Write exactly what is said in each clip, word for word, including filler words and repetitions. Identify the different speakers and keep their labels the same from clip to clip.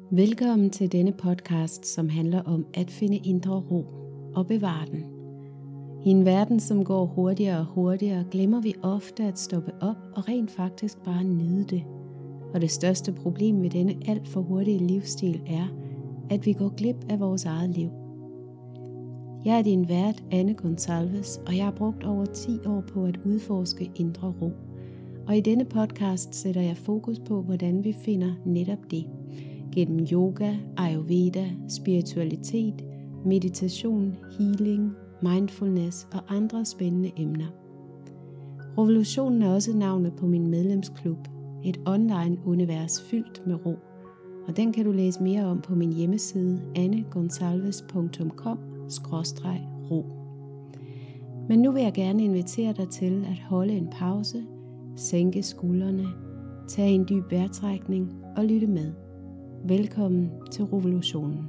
Speaker 1: Velkommen til denne podcast, som handler om at finde indre ro og bevare den. I en verden, som går hurtigere og hurtigere, glemmer vi ofte at stoppe op og rent faktisk bare nyde det. Og det største problem ved denne alt for hurtige livsstil er, at vi går glip af vores eget liv. Jeg er din vært, Anne Gonsalves, og jeg har brugt over ti år på at udforske indre ro. Og i denne podcast sætter jeg fokus på, hvordan vi finder netop det. Gennem yoga, ayurveda, spiritualitet, meditation, healing, mindfulness og andre spændende emner. Revolutionen er også navnet på min medlemsklub, et online univers fyldt med ro. Og den kan du læse mere om på min hjemmeside anne gonsalves punktum com skråstreg ro. Men nu vil jeg gerne invitere dig til at holde en pause, sænke skuldrene, tage en dyb vejrtrækning og lytte med. Velkommen til Revolutionen.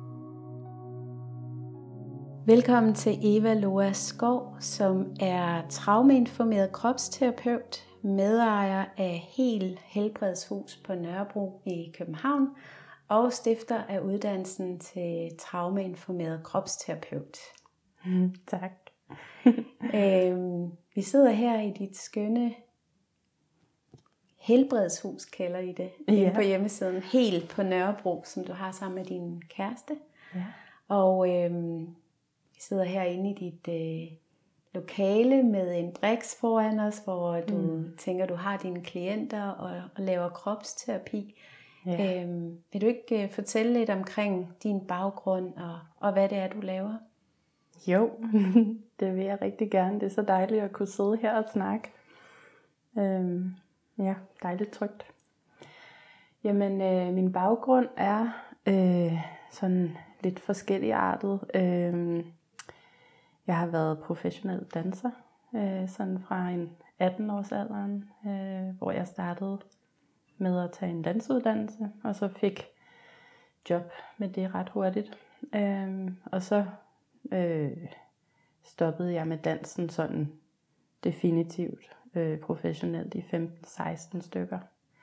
Speaker 1: Velkommen til Eva Loa Skov, som er traumeinformeret kropsterapeut, medejer af Hel Helbredshus på Nørrebro i København og stifter af uddannelsen til traumeinformeret kropsterapeut.
Speaker 2: Mm, tak.
Speaker 1: øhm, vi sidder her i dit skønne Helbredshus, kalder I det,
Speaker 2: ja.
Speaker 1: På hjemmesiden Hel på Nørrebro, som du har sammen med din kæreste.
Speaker 2: Ja.
Speaker 1: Og øhm, vi sidder herinde i dit øh, lokale med en briks foran os, hvor du mm. tænker, du har dine klienter og, og laver kropsterapi. Ja. Øhm, vil du ikke øh, fortælle lidt omkring din baggrund og, og hvad det er, du laver?
Speaker 2: Jo, det vil jeg rigtig gerne. Det er så dejligt at kunne sidde her og snakke. Øhm, ja, dejligt trygt. Jamen, øh, min baggrund er øh, sådan lidt forskelligartet. Øh, jeg har været professionel danser, øh, sådan fra en atten års alderen, øh, hvor jeg startede med at tage en dansuddannelse, og så fik job med det ret hurtigt. Øh, og så øh, stoppede jeg med dansen sådan definitivt øh, professionelt i femten seksten stykker.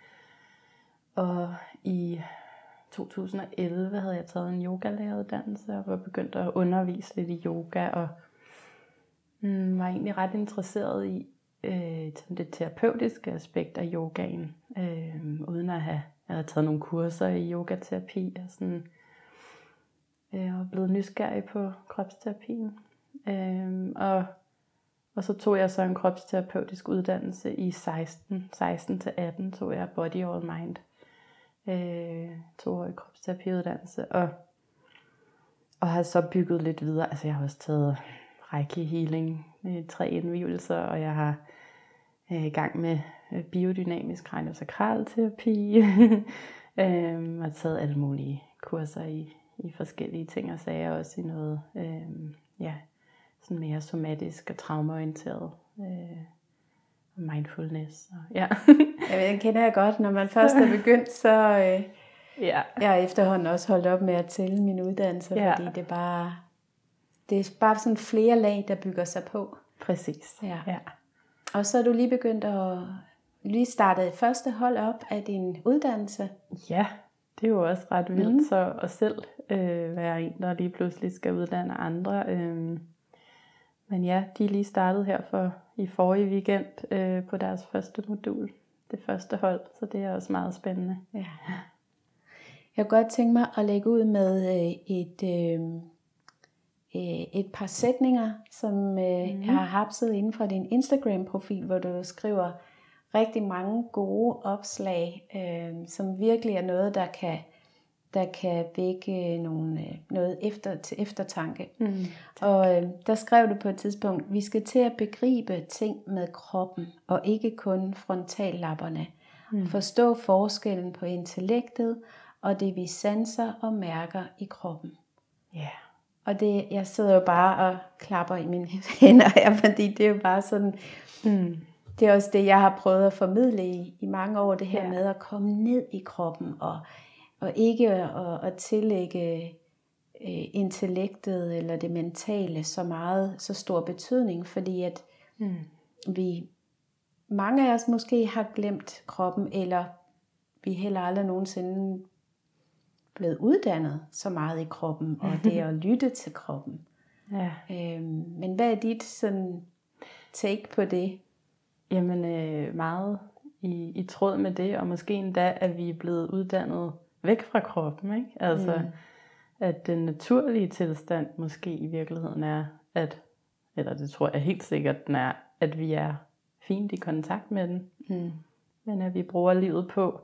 Speaker 2: Og i to tusind og elleve havde jeg taget en yogalæreruddannelse og var begyndt at undervise lidt i yoga, og mm, var egentlig ret interesseret i øh, det terapeutiske aspekt af yogaen, øh, uden at have jeg havde taget nogle kurser i yogaterapi og sådan, øh, og blevet nysgerrig på kropsterapien. Øh, og, og så tog jeg så en kropsterapeutisk uddannelse i seksten til atten, tog jeg Body All Mind. Øh, toårig kropsterapiuddannelse, og, og har så bygget lidt videre. Altså jeg har også taget Reiki healing, øh, tre indvielser, og jeg har øh, i gang med øh, biodynamisk kraniosakralterapi. øh, har taget alle mulige kurser i, i forskellige ting og sager, også i noget øh, ja, sådan mere somatisk og traumaorienteret øh, mindfulness. Og, ja.
Speaker 1: Ja, den kender jeg godt. Når man først er begyndt, så øh,
Speaker 2: ja.
Speaker 1: jeg har efterhånden også holdt op med at tælle min uddannelse, ja. Fordi det er bare det er bare sådan flere lag, der bygger sig på.
Speaker 2: Præcis.
Speaker 1: Ja.
Speaker 2: Ja.
Speaker 1: Og så er du lige begyndt at lige startet første hold op af din uddannelse.
Speaker 2: Ja, det er jo også ret vildt mm. så at selv øh, være en, der lige pludselig skal uddanne andre. Øh, men ja, de er lige startet her for i forrige weekend øh, på deres første modul. Det første hold, så det er også meget spændende.
Speaker 1: Ja. Jeg kunne godt tænke mig at lægge ud med øh, et, øh, et par sætninger, som øh, mm. jeg har hapset inden fra din Instagram-profil, hvor du skriver rigtig mange gode opslag, øh, som virkelig er noget, der kan, der kan vække nogle, noget efter, til eftertanke. Mm, og øh, der skrev du på et tidspunkt, vi skal til at begribe ting med kroppen, og ikke kun frontallapperne. Mm. Forstå forskellen på intellektet, og det vi sanser og mærker i kroppen.
Speaker 2: Ja. Yeah.
Speaker 1: Og det, jeg sidder jo bare og klapper i mine hænder her, fordi det er jo bare sådan, mm. det er også det, jeg har prøvet at formidle i, i mange år, det her yeah. med at komme ned i kroppen, og Og ikke at, at tillægge øh, intellektet eller det mentale så meget, så stor betydning, fordi at mm. vi, mange af os måske har glemt kroppen, eller vi heller aldrig nogensinde blevet uddannet så meget i kroppen, og det at lytte til kroppen.
Speaker 2: Ja.
Speaker 1: Øhm, men hvad er dit sådan take på det?
Speaker 2: Jamen øh, meget i, i tråd med det, og måske endda, at vi er blevet uddannet væk fra kroppen, ikke? Altså, mm. at den naturlige tilstand måske i virkeligheden er, at, eller det tror jeg helt sikkert, den er, at vi er fint i kontakt med den, mm. men at vi bruger livet på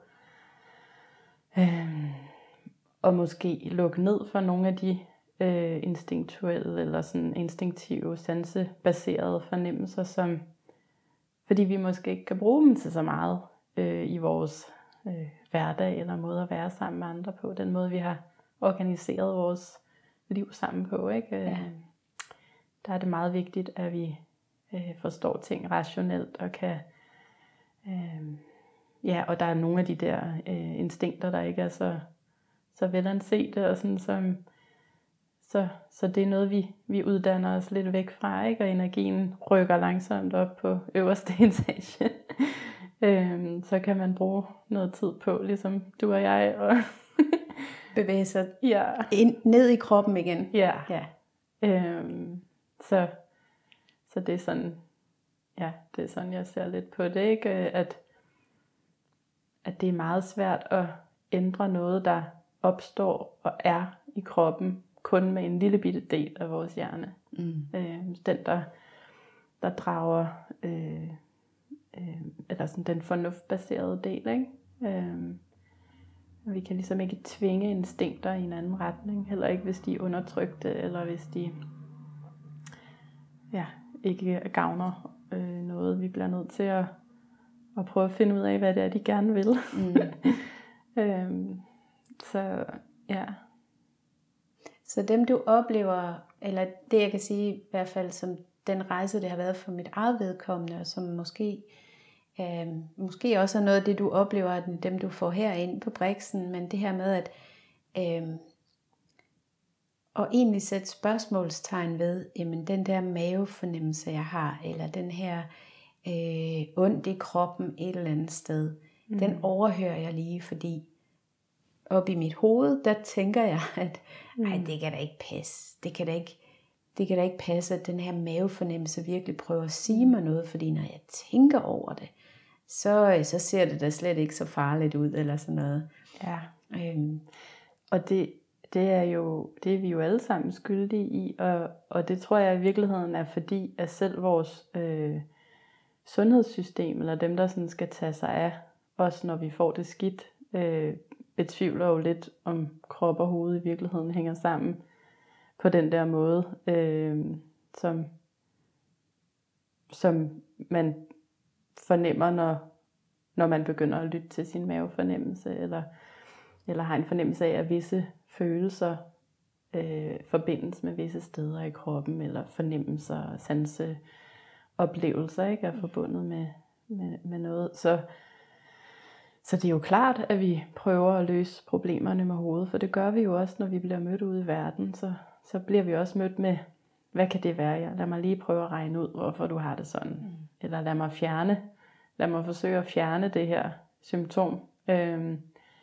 Speaker 2: øh, og måske lukke ned for nogle af de øh, instinktuelle eller sådan instinktive, sansebaserede fornemmelser, som fordi vi måske ikke kan bruge dem til så meget øh, i vores øh, hverdag eller måde at være sammen med andre på. Den måde, vi har organiseret vores liv sammen på. Ikke? Ja. Der er det meget vigtigt, at vi øh, forstår ting rationelt og kan... Øh, ja, og der er nogle af de der øh, instinkter, der ikke er så, så velansete og sådan som... Så, så det er noget, vi, vi uddanner os lidt væk fra, ikke? Og energien rykker langsomt op på øverste etage. øhm, så kan man bruge noget tid på, ligesom du og jeg, og
Speaker 1: bevæge sig
Speaker 2: ja.
Speaker 1: ind, ned i kroppen igen.
Speaker 2: Ja.
Speaker 1: ja.
Speaker 2: Øhm, så, så det er sådan, ja, det er sådan, jeg ser lidt på det, ikke? At, at det er meget svært at ændre noget, der opstår og er i kroppen, kun med en lille bitte del af vores hjerne. Mm. Øh, den, der, der drager, øh, øh, eller sådan den fornuftbaserede del, ikke? Øh, vi kan ligesom ikke tvinge instinkter i en anden retning, heller ikke hvis de er undertrykte, eller hvis de ja, ikke gavner øh, noget. Vi bliver nødt til at, at prøve at finde ud af, hvad det er, de gerne vil. Mm. øh, så ja...
Speaker 1: Så dem du oplever, eller det jeg kan sige i hvert fald som den rejse det har været for mit eget vedkommende, og som måske, øh, måske også er noget af det du oplever, at dem du får herind på Brixen, men det her med at øh, og egentlig sætte spørgsmålstegn ved, jamen den der mavefornemmelse jeg har, eller den her øh, ondt i kroppen et eller andet sted, mm. den overhører jeg lige, fordi op i mit hoved, der tænker jeg, at ej, det kan da ikke passe. Det kan da ikke, det kan da ikke passe, at den her mavefornemmelse virkelig prøver at sige mig noget, fordi når jeg tænker over det, så, så ser det da slet ikke så farligt ud, eller sådan noget.
Speaker 2: Ja. Øhm. Og det, det er jo, det er vi jo alle sammen skyldige i, og, og det tror jeg i virkeligheden er fordi, at selv vores øh, sundhedssystem, eller dem, der sådan skal tage sig af os, når vi får det skidt, øh, betvivler jo lidt, om krop og hoved i virkeligheden hænger sammen på den der måde, øh, som, som man fornemmer, når, når man begynder at lytte til sin mavefornemmelse, eller, eller har en fornemmelse af, at visse følelser øh, forbindes med visse steder i kroppen, eller fornemmelser og sanseoplevelser ikke, er forbundet med, med, med noget. Så Så det er jo klart, at vi prøver at løse problemerne med hovedet, for det gør vi jo også, når vi bliver mødt ude i verden. Så, så bliver vi også mødt med, hvad kan det være? Ja, lad mig lige prøve at regne ud, hvorfor du har det sådan. Mm. Eller lad mig fjerne, lad mig forsøge at fjerne det her symptom. Øhm,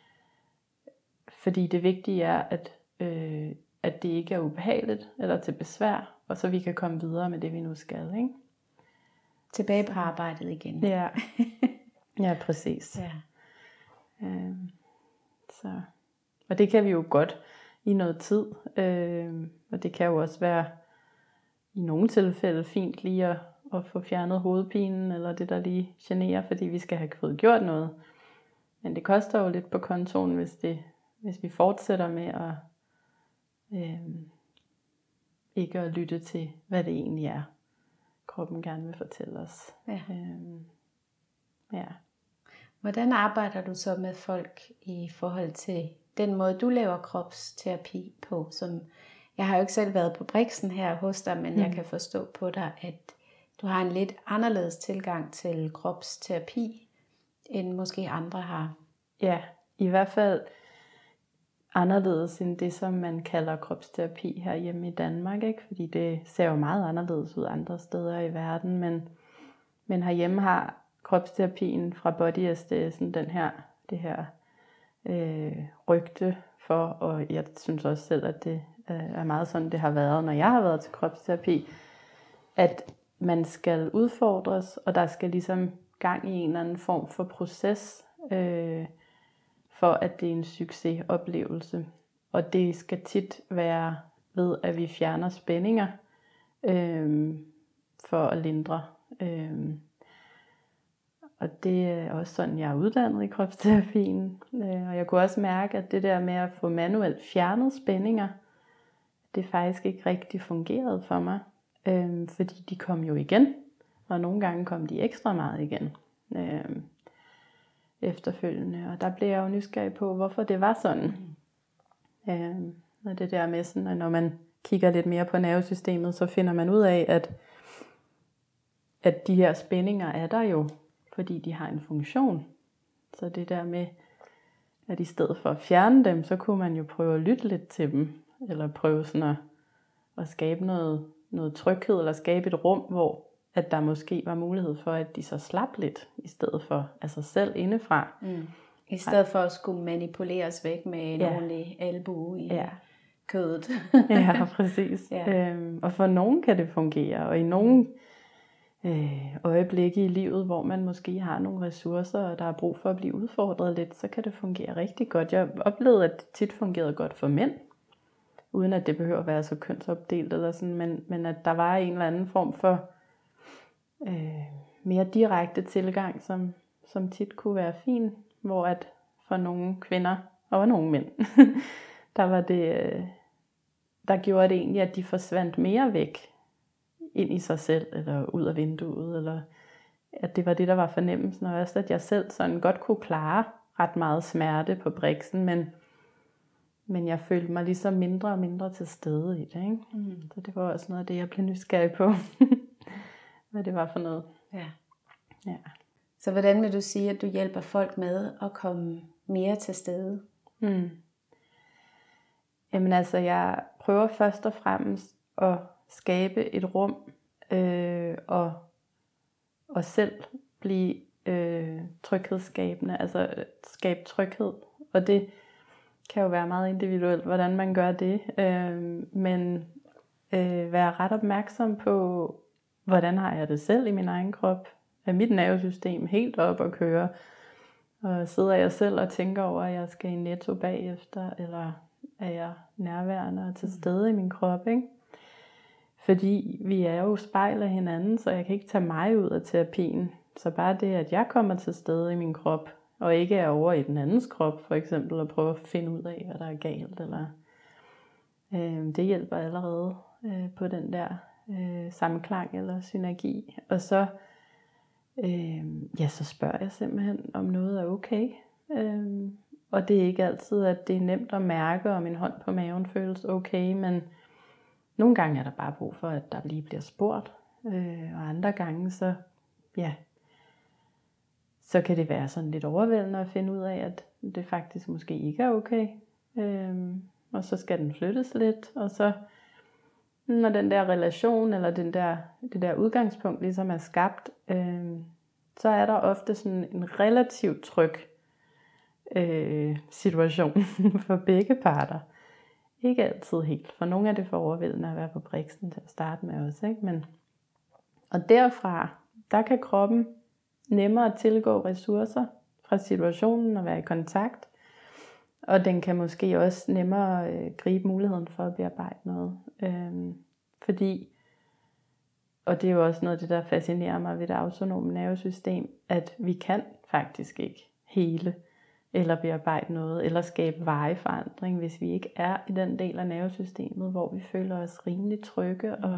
Speaker 2: fordi det vigtige er, at, øh, at det ikke er ubehageligt eller til besvær, og så vi kan komme videre med det, vi nu skal. Ikke?
Speaker 1: Tilbage på arbejdet igen.
Speaker 2: Ja, ja præcis.
Speaker 1: Ja.
Speaker 2: Øh, så. Og det kan vi jo godt i noget tid, øh, og det kan jo også være i nogle tilfælde fint lige at, at få fjernet hovedpinen, eller det der lige generer, fordi vi skal have fået gjort noget. Men det koster jo lidt på kontoen, hvis, det, hvis vi fortsætter med at øh, ikke at lytte til, hvad det egentlig er, kroppen gerne vil fortælle os.
Speaker 1: Ja.
Speaker 2: Øh, ja.
Speaker 1: Hvordan arbejder du så med folk i forhold til den måde, du laver kropsterapi på? Som jeg har jo ikke selv været på Brixen her hos dig, men mm. jeg kan forstå på dig, at du har en lidt anderledes tilgang til kropsterapi, end måske andre har.
Speaker 2: Ja, i hvert fald anderledes end det, som man kalder kropsterapi herhjemme i Danmark, ikke? Fordi det ser jo meget anderledes ud andre steder i verden, men, men herhjemme har kropsterapien fra Body S D S'en, den her, det her øh, rygte for, og jeg synes også selv, at det er meget sådan, det har været, når jeg har været til kropsterapi, at man skal udfordres, og der skal ligesom gang i en eller anden form for proces, øh, for at det er en succesoplevelse. Og det skal tit være ved, at vi fjerner spændinger, øh, for at lindre. Øh, og det er også sådan, jeg er uddannet i kropsterapien. Øh, og jeg kunne også mærke, at det der med at få manuelt fjernet spændinger, det faktisk ikke rigtig fungerede for mig. Øh, fordi de kom jo igen, og nogle gange kom de ekstra meget igen øh, efterfølgende. Og der blev jeg jo nysgerrig på, hvorfor det var sådan. Mm. Øh, og det der med sådan, at når man kigger lidt mere på nervesystemet, så finder man ud af, at, at de her spændinger er der jo, fordi de har en funktion. Så det der med, at i stedet for at fjerne dem, så kunne man jo prøve at lytte lidt til dem, eller prøve sådan at, at skabe noget, noget tryghed, eller skabe et rum, hvor at der måske var mulighed for, at de så slap lidt, i stedet for af sig selv indefra.
Speaker 1: Mm. I stedet for at skulle manipuleres væk med en ja. ordentlig albue i ja. kødet.
Speaker 2: Ja, præcis. Ja. Øhm, og for nogen kan det fungere, og i nogle øh, øjeblikke i livet, hvor man måske har nogle ressourcer, og der er brug for at blive udfordret lidt, så kan det fungere rigtig godt. Jeg oplevede, at det tit fungerede godt for mænd, uden at det behøver at være så kønsopdelt eller sådan, men, men at der var en eller anden form for øh, mere direkte tilgang, som, som tit kunne være fin, hvor at for nogle kvinder og nogle mænd, der var det, øh, der gjorde det egentlig, at de forsvandt mere væk ind i sig selv, eller ud af vinduet, eller at det var det, der var fornemmelsen, og også at jeg selv sådan godt kunne klare ret meget smerte på briksen, men Men jeg følte mig ligesom mindre og mindre til stede i det. Ikke? Mm. Så det var også noget af det, jeg blev nysgerrig på. Hvad det var for noget.
Speaker 1: Ja.
Speaker 2: Ja.
Speaker 1: Så hvordan vil du sige, at du hjælper folk med at komme mere til stede?
Speaker 2: Mm. Jamen altså, jeg prøver først og fremmest at skabe et rum, øh, og, og selv blive øh, tryghedsskabende. Altså skabe tryghed. Og det kan jo være meget individuelt, hvordan man gør det, øh, men øh, være ret opmærksom på, hvordan har jeg det selv i min egen krop, er mit nervesystem helt op at køre, og sidder jeg selv og tænker over, at jeg skal i Netto bagefter, eller er jeg nærværende og til stede i min krop, ikke? Fordi vi er jo spejl af hinanden, så jeg kan ikke tage mig ud af terapien, så bare det, at jeg kommer til stede i min krop, og ikke er over i den andens krop, for eksempel, og prøve at finde ud af, hvad der er galt. Eller, øh, det hjælper allerede øh, på den der øh, sammenklang eller synergi. Og så, øh, ja, så spørger jeg simpelthen, om noget er okay. Øh, og det er ikke altid, at det er nemt at mærke, om en hånd på maven føles okay, men nogle gange er der bare brug for, at der lige bliver spurgt. Øh, og andre gange, så ja, så kan det være sådan lidt overvældende at finde ud af, at det faktisk måske ikke er okay. Øhm, og så skal den flyttes lidt, og så når den der relation, eller den der, det der udgangspunkt ligesom er skabt, øhm, så er der ofte sådan en relativt tryg øh, situation for begge parter. Ikke altid helt, for nogle er det for overvældende at være på briksen til at starte med også, ikke? Men, og derfra, der kan kroppen nemmere tilgå ressourcer fra situationen og være i kontakt. Og den kan måske også nemmere øh, gribe muligheden for at bearbejde noget. Øhm, fordi, og det er jo også noget af det, der fascinerer mig ved det autonome nervesystem, at vi kan faktisk ikke hele eller bearbejde noget, eller skabe varig forandring, hvis vi ikke er i den del af nervesystemet, hvor vi føler os rimelig trygge, og,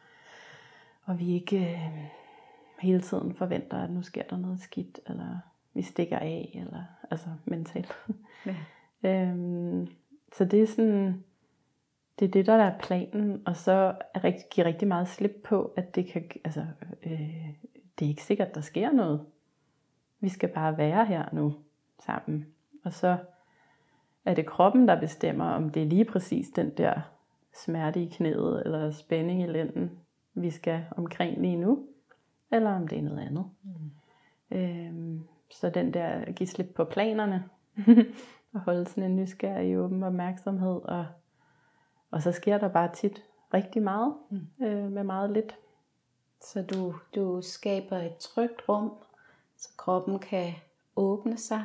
Speaker 2: og vi ikke øh, hele tiden forventer, at nu sker der noget skidt, eller vi stikker af, eller altså mentalt. Ja. øhm, så det er sådan, det er det, der er planen, og så er rigtig, giver rigtig meget slip på, at det kan, altså, øh, det er ikke sikkert, der sker noget. Vi skal bare være her nu sammen. Og så er det kroppen, der bestemmer, om det er lige præcis den der smerte i knæet, eller spænding i lænden, vi skal omkring lige nu, eller om det er noget andet. Mm. Øhm, så den der, give slip på planerne, og holde sådan en nysgerrig åben opmærksomhed. Og, og så sker der bare tit rigtig meget mm. øh, med meget lidt.
Speaker 1: Så du, du skaber et trygt rum, så kroppen kan åbne sig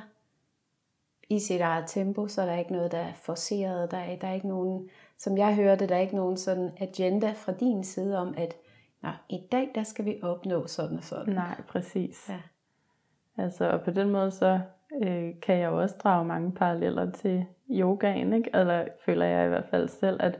Speaker 1: i sit eget tempo, så der er ikke noget, der er forceret. Der er, der er ikke nogen, som jeg hørte, der er ikke nogen sådan agenda fra din side om, at nå, i dag der skal vi opnå sådan og sådan.
Speaker 2: Nej, præcis.
Speaker 1: Ja.
Speaker 2: Altså, og på den måde så øh, kan jeg jo også drage mange paralleller til yogaen, ikke? Eller føler jeg i hvert fald selv, at,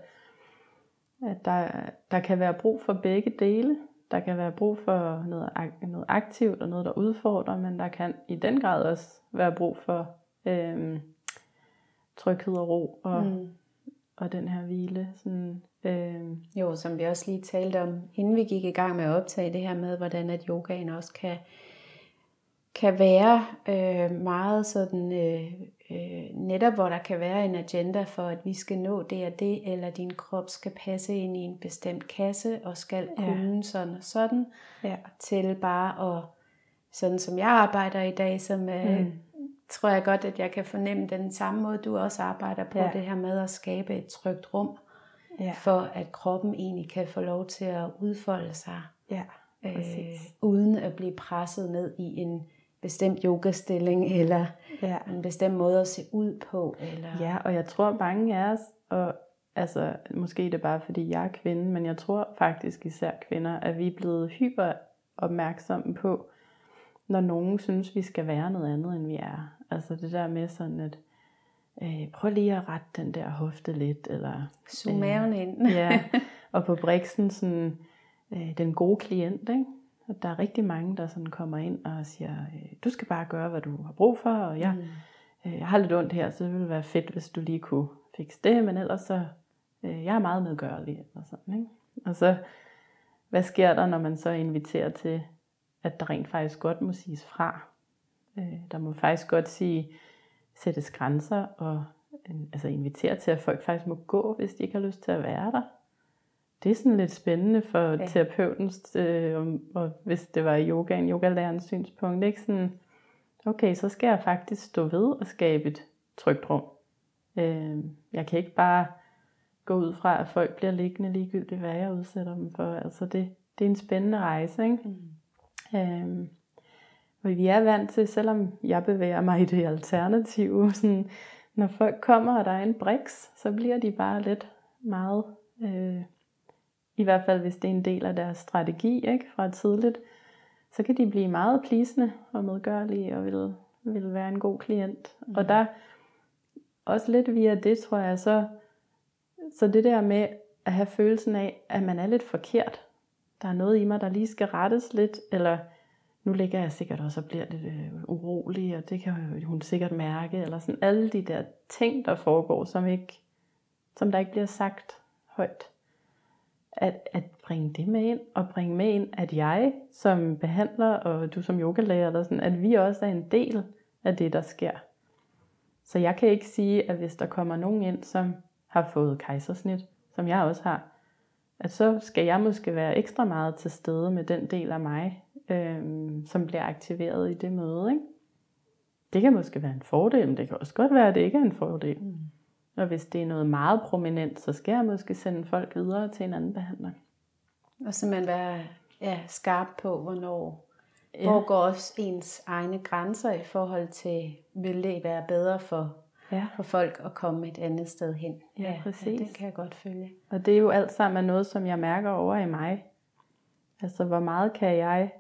Speaker 2: at der, der kan være brug for begge dele. Der kan være brug for noget, noget aktivt og noget, der udfordrer, men der kan i den grad også være brug for øh, tryghed og ro og, mm. og den her hvile. Sådan, øh.
Speaker 1: Jo, som vi også lige talte om, inden vi gik i gang med at optage det her med, hvordan at yogaen også kan, kan være øh, meget sådan, øh, øh, netop hvor der kan være en agenda for, at vi skal nå det og det, eller din krop skal passe ind i en bestemt kasse, og skal kunne ja. sådan og sådan, ja. til bare at, sådan som jeg arbejder i dag, som øh, mm. tror jeg godt, at jeg kan fornemme den samme måde, du også arbejder på, ja. det her med at skabe et trygt rum, ja. for at kroppen egentlig kan få lov til at udfolde sig, ja, øh, uden at blive presset ned i en bestemt yogastilling, eller ja. en bestemt måde at se ud på. Eller...
Speaker 2: Ja, og jeg tror mange af os, og altså, måske det er bare fordi jeg er kvinde, men jeg tror faktisk især kvinder, at vi er blevet hyper opmærksomme på, når nogen synes, vi skal være noget andet, end vi er. Altså det der med sådan, at øh, prøv lige at rette den der hofte lidt, eller
Speaker 1: suge maven ind.
Speaker 2: Ja, og på briksen sådan, øh, den gode klient, ikke? At der er rigtig mange, der sådan kommer ind og siger, du skal bare gøre, hvad du har brug for, og jeg, mm. jeg har lidt ondt her, så det ville være fedt, hvis du lige kunne fikse det, men ellers så, jeg er meget medgørlig. Og, sådan, ikke? Og så, hvad sker der, når man så inviterer til, at der rent faktisk godt må siges fra? Der må faktisk godt sige, sættes grænser, og altså invitere til, at folk faktisk må gå, hvis de ikke har lyst til at være der. Det er sådan lidt spændende for ja. terapeutens, øh, og hvis det var yogaen, yogalærernes synspunkt, ikke? Sådan, okay, så skal jeg faktisk stå ved og skabe et trygt rum. Øh, jeg kan ikke bare gå ud fra, at folk bliver liggende ligegyldigt, hvad jeg udsætter dem for. Altså det, det er en spændende rejse, ikke? Mm. Øh, og vi er vant til, selvom jeg bevæger mig i det alternative, sådan, når folk kommer, og der er en briks, så bliver de bare lidt meget... Øh, I hvert fald hvis det er en del af deres strategi, ikke, fra tidligt, så kan de blive meget pleasende og medgørlige og vil, vil være en god klient. Mm. Og der også lidt via det, tror jeg, så, så det der med at have følelsen af, at man er lidt forkert. Der er noget i mig, der lige skal rettes lidt, eller nu ligger jeg sikkert også og bliver lidt øh, urolig, og det kan hun sikkert mærke, eller sådan alle de der ting, der foregår, som, ikke, som der ikke bliver sagt højt. At, at bringe det med ind, og bringe med ind, at jeg som behandler, og du som yogalærer, eller sådan, at vi også er en del af det, der sker. Så jeg kan ikke sige, at hvis der kommer nogen ind, som har fået kejsersnit, som jeg også har, at så skal jeg måske være ekstra meget til stede med den del af mig, øhm, som bliver aktiveret i det møde. Ikke? Det kan måske være en fordel, men det kan også godt være, at det ikke er en fordel. Mm. Og hvis det er noget meget prominent, så skal jeg måske sende folk videre til en anden behandler.
Speaker 1: Og så man være ja, skarp på, hvornår ja. hvor går også ens egne grænser i forhold til, vil det være bedre for, ja. for folk at komme et andet sted hen.
Speaker 2: Ja, ja præcis.
Speaker 1: Ja, det kan jeg godt følge.
Speaker 2: Og det er jo alt sammen noget, som jeg mærker over i mig. Altså, hvor meget kan jeg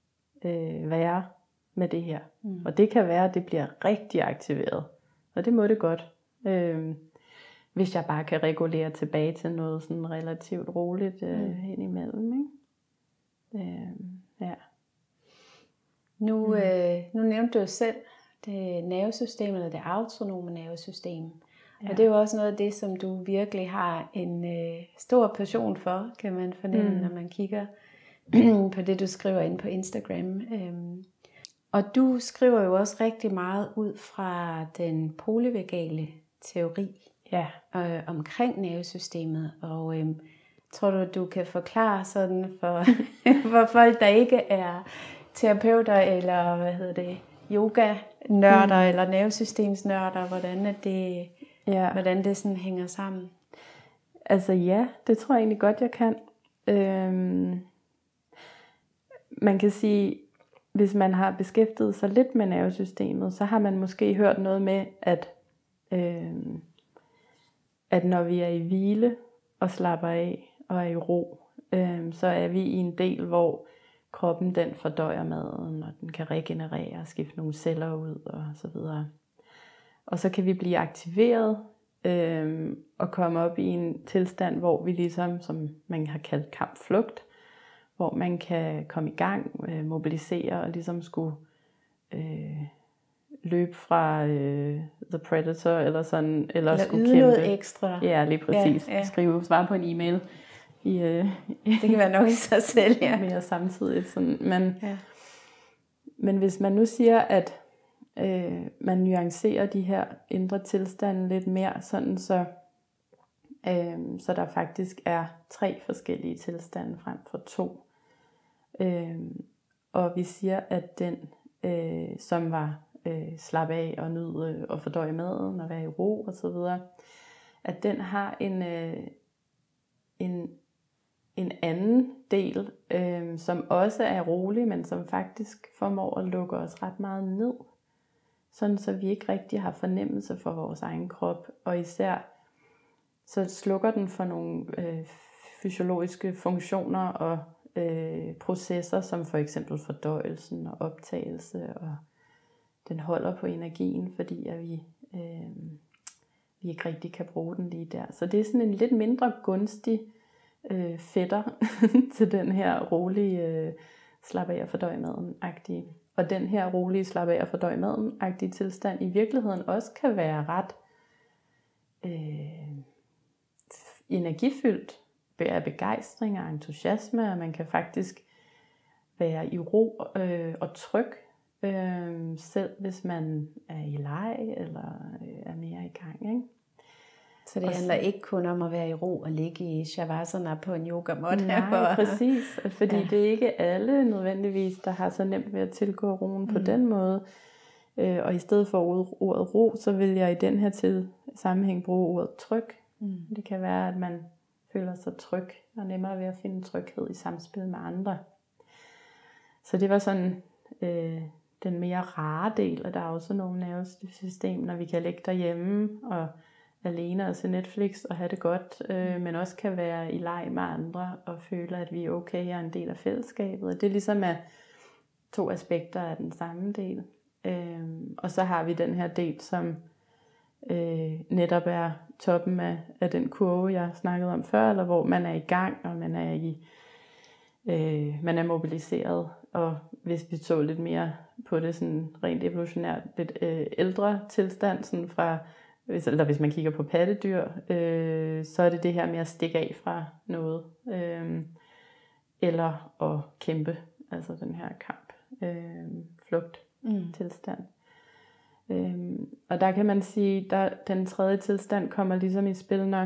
Speaker 2: øh, være med det her? Mm. Og det kan være, at det bliver rigtig aktiveret. Og det må det godt. Øh, hvis jeg bare kan regulere tilbage til noget sådan relativt roligt øh, mm. indimellem, ikke? Øh, ja.
Speaker 1: Nu, mm. øh, nu nævnte du jo selv det nervesystem, eller det autonome nervesystem. Ja. Og det er jo også noget af det, som du virkelig har en øh, stor passion for, kan man fornemme, mm. når man kigger på det, du skriver ind på Instagram. Øhm, og du skriver jo også rigtig meget ud fra den polyvagale teori
Speaker 2: ja.
Speaker 1: øh, omkring nervesystemet. Og øh, tror du, du kan forklare sådan for, for folk, der ikke er terapeuter eller hvad hedder det, yoga-nørder mm. eller nervesystemsnørder, hvordan at det,
Speaker 2: ja.
Speaker 1: hvordan det sådan hænger sammen.
Speaker 2: Altså ja, det tror jeg egentlig godt, jeg kan. Øhm, man kan sige, hvis man har beskæftiget sig lidt med nervesystemet, så har man måske hørt noget med, at, øhm, at når vi er i hvile og slapper af og er i ro, øhm, så er vi i en del, hvor kroppen den fordøjer maden, og den kan regenerere og skifte nogle celler ud og så videre. Og så kan vi blive aktiveret øhm, og komme op i en tilstand, hvor vi ligesom, som man har kaldt kamp-flugt, hvor man kan komme i gang, øh, mobilisere og ligesom skulle øh, løbe fra øh, The Predator eller sådan, eller,
Speaker 1: eller
Speaker 2: skulle
Speaker 1: yde
Speaker 2: kæmpe.
Speaker 1: noget ekstra.
Speaker 2: Ja, lige præcis.
Speaker 1: Ja, ja.
Speaker 2: Skrive, svare på en e-mail. I, øh,
Speaker 1: det kan være nok i sig selv, ja.
Speaker 2: Mere samtidig. Sådan. Men,
Speaker 1: ja.
Speaker 2: men hvis man nu siger, at øh, man nuancerer de her indre tilstande lidt mere, sådan så, øh, så der faktisk er tre forskellige tilstande frem for to. Øh, og vi siger, at den, øh, som var øh, slappe af og nyde og fordøje maden og være i ro og så videre, at den har en, øh, en, en anden del, øh, som også er rolig, men som faktisk formår at lukke os ret meget ned, sådan så vi ikke rigtig har fornemmelse for vores egen krop, og især så slukker den for nogle øh, fysiologiske funktioner og øh, processer, som for eksempel fordøjelsen og optagelse, og den holder på energien, fordi at vi, øh, vi ikke rigtig kan bruge den lige der. Så det er sådan en lidt mindre gunstig øh, fætter til den her rolige øh, slap af og fordøj maden-agtige. Og den her rolige slap af og fordøj maden-agtige tilstand i virkeligheden også kan være ret øh, energifyldt, af begejstring og entusiasme, og man kan faktisk være i ro øh, og tryg, øh, selv hvis man er i leg eller øh, er mere i gang, ikke?
Speaker 1: Så det handler ikke kun om at være i ro og ligge i shavasana på en yogamåtte.
Speaker 2: Nej, præcis. Fordi ja. Det er ikke alle nødvendigvis, der har så nemt ved at tilgå roen på mm. den måde. Og i stedet for ordet ro, så vil jeg i den her til sammenhæng bruge ordet tryg. Mm. Det kan være, at man føler sig tryg og nemmere ved at finde tryghed i samspil med andre. Så det var sådan øh, den mere rare del, og der er også nogle nervesystem, når vi kan ligge derhjemme og alene og se Netflix og have det godt, øh, men også kan være i leg med andre og føle, at vi er okay og er en del af fællesskabet. Og det er ligesom er to aspekter af den samme del. Øh, og så har vi den her del, som øh, netop er toppen af, af den kurve, jeg snakkede om før, eller hvor man er i gang, og man er i øh, man er mobiliseret. Og hvis vi så lidt mere på det sådan rent evolutionært, lidt øh, ældre tilstand, sådan fra Hvis, eller hvis man kigger på pattedyr, øh, så er det det her med at stikke af fra noget, øh, eller at kæmpe, altså den her kamp, øh, flugt mm. tilstand. Øh, og der kan man sige, der den tredje tilstand kommer ligesom i spil, når,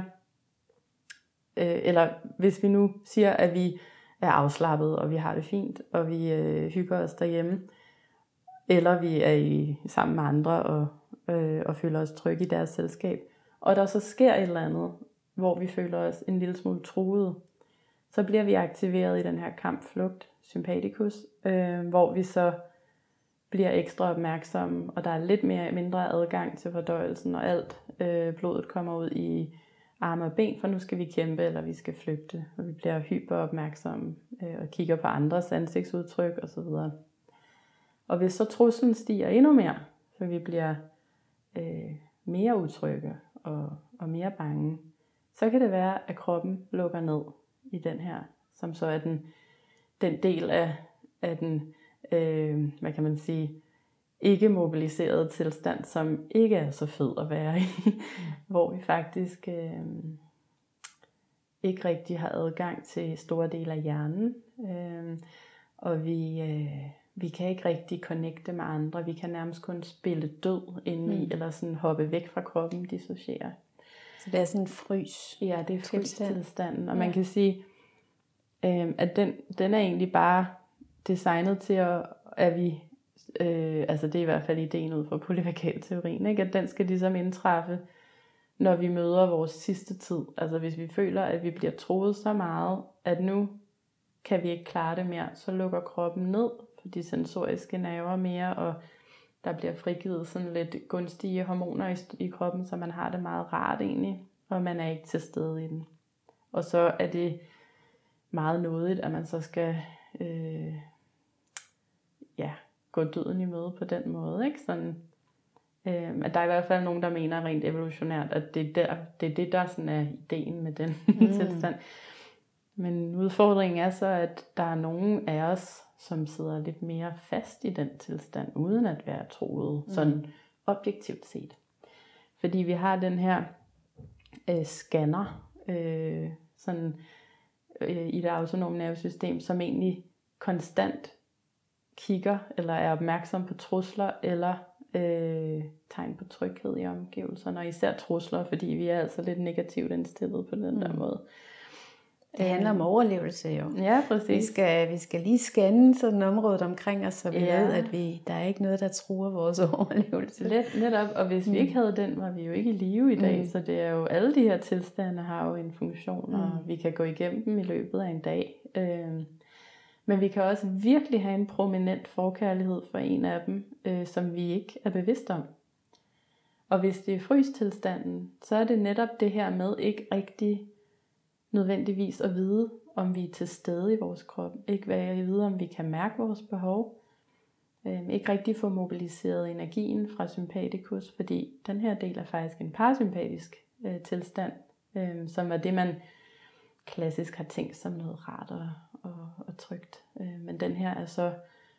Speaker 2: øh, eller hvis vi nu siger, at vi er afslappet, og vi har det fint, og vi øh, hygger os derhjemme, eller vi er i, sammen med andre, og Øh, og føler os trygge i deres selskab, og der så sker et eller andet, hvor vi føler os en lille smule truede, så bliver vi aktiveret i den her kampflugt, sympathicus, øh, hvor vi så bliver ekstra opmærksomme, og der er lidt mere mindre adgang til fordøjelsen, og alt øh, blodet kommer ud i arme og ben, for nu skal vi kæmpe, eller vi skal flygte, og vi bliver hyperopmærksomme, øh, og kigger på andres ansigtsudtryk osv. Og hvis så truslen stiger endnu mere, så vi bliver Øh, mere utrygge og, og mere bange, så kan det være, at kroppen lukker ned i den her, som så er den, den del af, af den, øh, hvad kan man sige, ikke mobiliserede tilstand, som ikke er så fed at være i, mm. hvor vi faktisk øh, ikke rigtig har adgang til store dele af hjernen, øh, og vi øh, Vi kan ikke rigtig connecte med andre. Vi kan nærmest kun spille død indeni, mm. eller sådan hoppe væk fra kroppen, dissociere.
Speaker 1: Så det er sådan en frys.
Speaker 2: Ja, det er frystilstanden. Og ja. Man kan sige, øh, at den, den er egentlig bare designet til, at, at vi øh, altså det er i hvert fald ideen ud fra polyvagalteorien, ikke? At den skal ligesom indtræffe, når vi møder vores sidste tid. Altså hvis vi føler, at vi bliver truet så meget, at nu kan vi ikke klare det mere, så lukker kroppen ned for de sensoriske nerver mere, og der bliver frigivet sådan lidt gunstige hormoner i, i kroppen, så man har det meget rart egentlig, og man er ikke til stede i den. Og så er det meget nådigt, at man så skal øh, ja, gå døden i møde på den måde, ikke? Sådan, øh, at der er i hvert fald nogen, der mener rent evolutionært, at det er, der, det, er det, der sådan er ideen med den mm. tilstand. Men udfordringen er så, at der er nogen af os, som sidder lidt mere fast i den tilstand, uden at være truet, mm. sådan objektivt set. Fordi vi har den her øh, scanner, øh, sådan øh, i det autonome nervesystem, som egentlig konstant kigger, eller er opmærksom på trusler, eller øh, tegn på tryghed i omgivelserne, og især trusler, fordi vi er altså lidt negativt indstillet på den mm. der måde.
Speaker 1: Det handler om overlevelse jo.
Speaker 2: Ja, præcis.
Speaker 1: Vi skal, vi skal lige scanne sådan området omkring os, så vi ja. ved, at vi, der er ikke noget, der truer vores overlevelse.
Speaker 2: Let, netop, og hvis mm. vi ikke havde den, var vi jo ikke i live i dag. Mm. Så det er jo, alle de her tilstande har jo en funktion, og mm. vi kan gå igennem dem i løbet af en dag. Øh, men vi kan også virkelig have en prominent forkærlighed for en af dem, øh, som vi ikke er bevidst om. Og hvis det er frystilstanden, så er det netop det her med ikke rigtig nødvendigvis at vide, om vi er til stede i vores krop. Ikke være at vide, om vi kan mærke vores behov. Øhm, ikke rigtig få mobiliseret energien fra sympatikus, fordi den her del er faktisk en parasympatisk øh, tilstand, øh, som er det, man klassisk har tænkt som noget rart og, og, og trygt. Øh, men den her er så,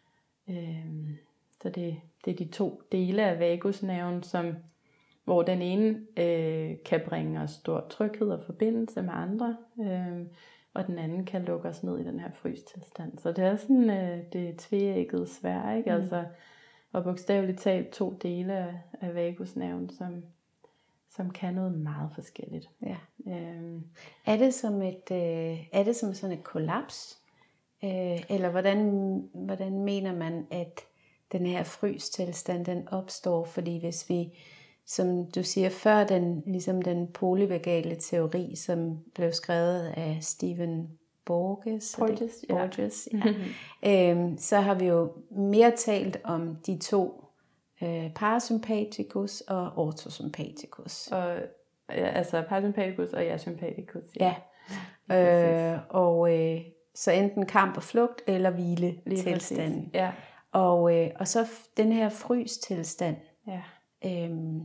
Speaker 2: øh, så det, det er de to dele af vagusnerven, som hvor den ene øh, kan bringe os stor tryghed og forbindelse med andre, øh, og den anden kan lukke os ned i den her frystilstand. Så det er sådan øh, det tveæggede sværd, ikke? Mm. Altså, og bogstaveligt talt to dele af, af vagusnerven, som, som kan noget meget forskelligt.
Speaker 1: Ja. Øh, er det som et, øh, er det som sådan et kollaps? Øh, eller hvordan, hvordan mener man, at den her frystilstand, den opstår? Fordi hvis vi, som du siger før, den, ligesom den polyvagale teori, som blev skrevet af Stephen Porges,
Speaker 2: Porges, ja.
Speaker 1: Porges ja. øhm, så har vi jo mere talt om de to, øh, parasympaticus og orthosympaticus.
Speaker 2: Og, ja, altså parasympaticus og asympaticus.
Speaker 1: Ja, ja. Øh, og øh, så enten kamp og flugt eller hvile tilstand.
Speaker 2: Ja.
Speaker 1: Og, øh, og så den her frystilstand.
Speaker 2: Ja.
Speaker 1: Øhm,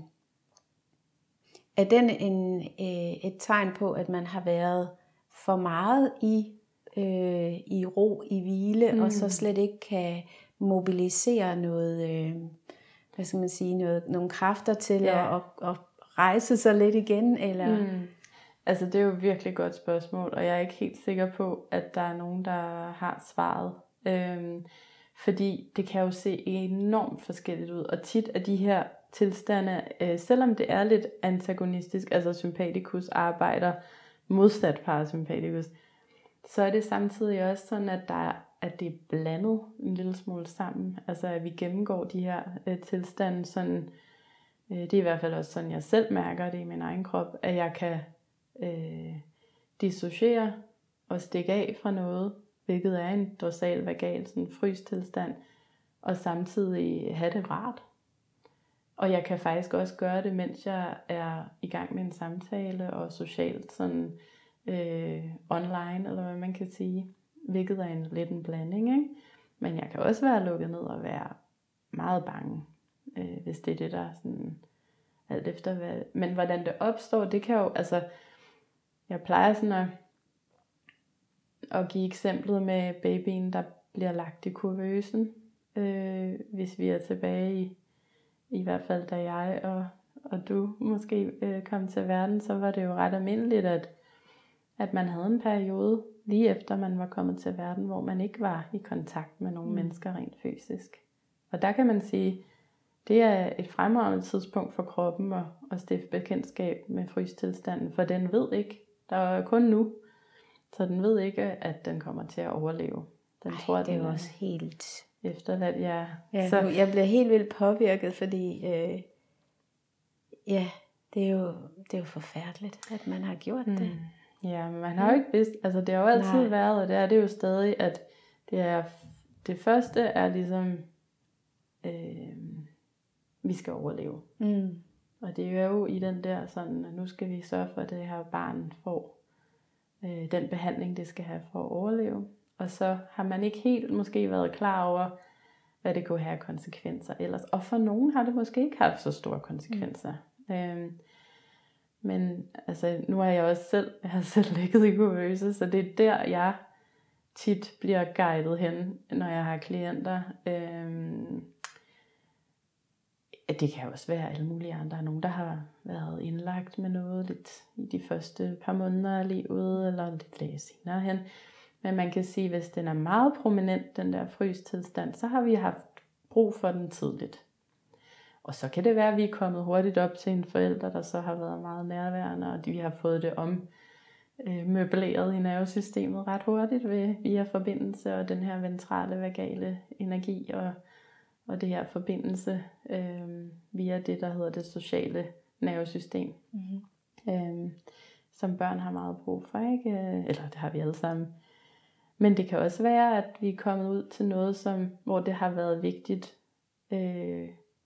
Speaker 1: er den en, øh, et tegn på, at man har været for meget i, øh, i ro, i hvile, mm. og så slet ikke kan mobilisere noget, øh, hvad skal man sige, noget, nogle kræfter til ja. at, at, at rejse sig lidt igen? Eller?
Speaker 2: Mm. Altså det er jo et virkelig godt spørgsmål, og jeg er ikke helt sikker på, at der er nogen, der har svaret. Øhm, fordi det kan jo se enormt forskelligt ud, og tit er de her tilstande, øh, selvom det er lidt antagonistisk, altså sympatikus arbejder modsat parasympatikus, så er det samtidig også sådan, at, der er, at det er blandet en lille smule sammen. Altså at vi gennemgår de her øh, tilstande sådan, øh, det er i hvert fald også sådan, jeg selv mærker det i min egen krop, at jeg kan øh, dissociere og stikke af fra noget, hvilket er en dorsal vagal, sådan en frystilstand, og samtidig have det rart. Og jeg kan faktisk også gøre det, mens jeg er i gang med en samtale og socialt sådan øh, online, eller hvad man kan sige, hvilket er en lidt en blanding, ikke? Men jeg kan også være lukket ned og være meget bange, øh, hvis det er det, der er sådan alt efter hvad. Men hvordan det opstår, det kan jo, altså, jeg plejer sådan at, at give eksemplet med babyen, der bliver lagt i kuvøsen, øh, hvis vi er tilbage i I hvert fald da jeg og, og du måske øh, kom til verden, så var det jo ret almindeligt, at, at man havde en periode, lige efter man var kommet til verden, hvor man ikke var i kontakt med nogle mm. mennesker rent fysisk. Og der kan man sige, det er et fremragende tidspunkt for kroppen at, at stifte bekendtskab med frystilstanden, for den ved ikke, der er kun nu, så den ved ikke, at den kommer til at overleve. Den
Speaker 1: Ej,
Speaker 2: tror,
Speaker 1: det er
Speaker 2: den
Speaker 1: jo også helt
Speaker 2: efterladt. Ja,
Speaker 1: ja
Speaker 2: så
Speaker 1: nu, jeg bliver helt vildt påvirket, fordi øh, ja, det er, jo, det er jo forfærdeligt, at man har gjort mm. det.
Speaker 2: Ja, men man har jo ikke vidst, altså det har jo altid Nej. været, og det er det jo stadig, at det er, det første er ligesom, øh, vi skal overleve. Mm. Og det er jo i den der sådan, at nu skal vi sørge for, at det her barn får øh, den behandling, det skal have for at overleve. Og så har man ikke helt måske været klar over, hvad det kunne have konsekvenser ellers. Og for nogen har det måske ikke haft så store konsekvenser. Mm. Øh, Men altså, nu er jeg også selv, jeg har selv ligget i kuvøse, så det er der, jeg tit bliver guidet hen, når jeg har klienter. Øhm, det kan også være alle mulige andre. Der er nogen, der har været indlagt med noget lidt i de første par måneder af livet, eller lidt senere hen. Men man kan sige, hvis den er meget prominent, den der frystilstand, så har vi haft brug for den tidligt. Og så kan det være, at vi er kommet hurtigt op til en forælder, der så har været meget nærværende, og vi har fået det om øh, møbleret i nervesystemet ret hurtigt ved, via forbindelse og den her ventrale vagale energi og, og det her forbindelse øh, via det, der hedder det sociale nervesystem, mm-hmm. øh, som børn har meget brug for, ikke? Eller det har vi alle sammen. Men det kan også være, at vi er kommet ud til noget, som, hvor det har været vigtigt, øh,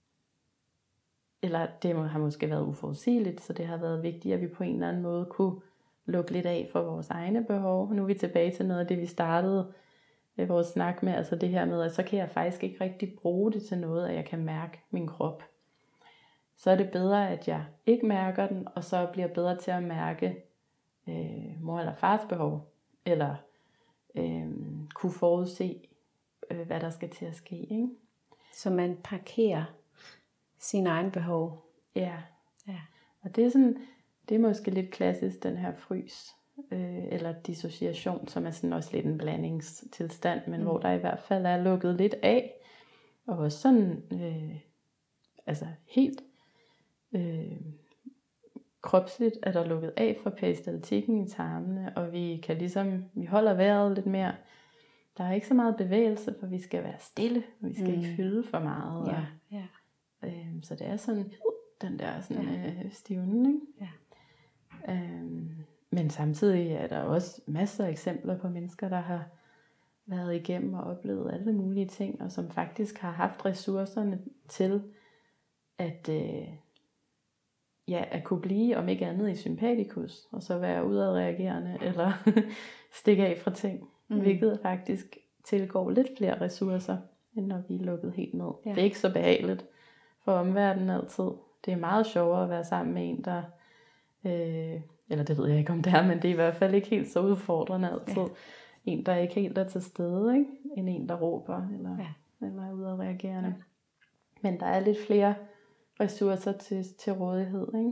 Speaker 2: eller det har måske været uforudsigeligt, så det har været vigtigt, at vi på en eller anden måde kunne lukke lidt af for vores egne behov. Nu er vi tilbage til noget af det, vi startede øh, vores snak med, altså det her med, at så kan jeg faktisk ikke rigtig bruge det til noget, at jeg kan mærke min krop. Så er det bedre, at jeg ikke mærker den, og så bliver bedre til at mærke øh, mor eller fars behov, eller øh, kunne forudse, øh, hvad der skal til at ske, ikke?
Speaker 1: Så man parkerer sin egen behov.
Speaker 2: Ja. ja. Og det er sådan, det er måske lidt klassisk, den her frys, øh, eller dissociation, som er sådan også lidt en blandingstilstand, men mm. hvor der i hvert fald er lukket lidt af, og også sådan, øh, altså helt øh, kropsligt er der lukket af for peristaltikken i tarmene, og vi kan ligesom, vi holder vejret lidt mere. Der er ikke så meget bevægelse, for vi skal være stille, og vi skal mm. ikke fylde for meget.
Speaker 1: Ja,
Speaker 2: og,
Speaker 1: ja.
Speaker 2: Øh, så det er sådan, den der sådan ja. øh, stivning, ikke?
Speaker 1: Ja.
Speaker 2: Øhm, men samtidig er der også masser af eksempler på mennesker, der har været igennem og oplevet alle mulige ting, og som faktisk har haft ressourcerne til at, øh, ja, at kunne blive, om ikke andet, i sympatikus, og så være udadreagerende, eller stikke af fra ting, mm. hvilket faktisk tilgår lidt flere ressourcer, end når vi er lukket helt ned. Ja. Det er ikke så behageligt for omverdenen altid. Det er meget sjovere at være sammen med en, der, øh, eller det ved jeg ikke om det er, men det er i hvert fald ikke helt så udfordrende altid. Ja. En, der ikke helt er til stede, ikke? End en, der råber, eller, ja. eller er udadreagerende. Ja. Men der er lidt flere ressourcer til, til rådighed, ikke?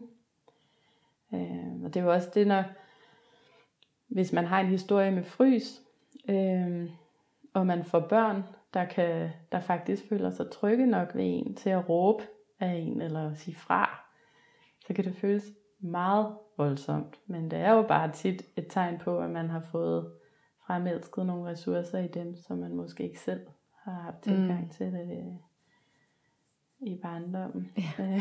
Speaker 2: Øh, og det er jo også det, når, hvis man har en historie med frys, øh, og man får børn, der, kan, der faktisk føler sig trygge nok ved en til at råbe af en, eller sige fra, så kan det føles meget voldsomt. Men det er jo bare tit et tegn på, at man har fået fremelsket nogle ressourcer i dem, som man måske ikke selv har haft tilgang mm. til det i barndommen. Ja.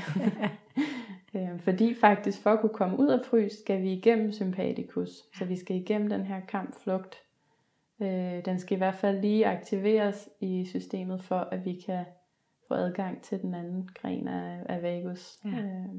Speaker 2: Fordi faktisk for at kunne komme ud af frys, skal vi igennem sympatikus. Så vi skal igennem den her kamp-flugt. Den skal i hvert fald lige aktiveres i systemet, for at vi kan få adgang til den anden gren af, af vagus. Ja.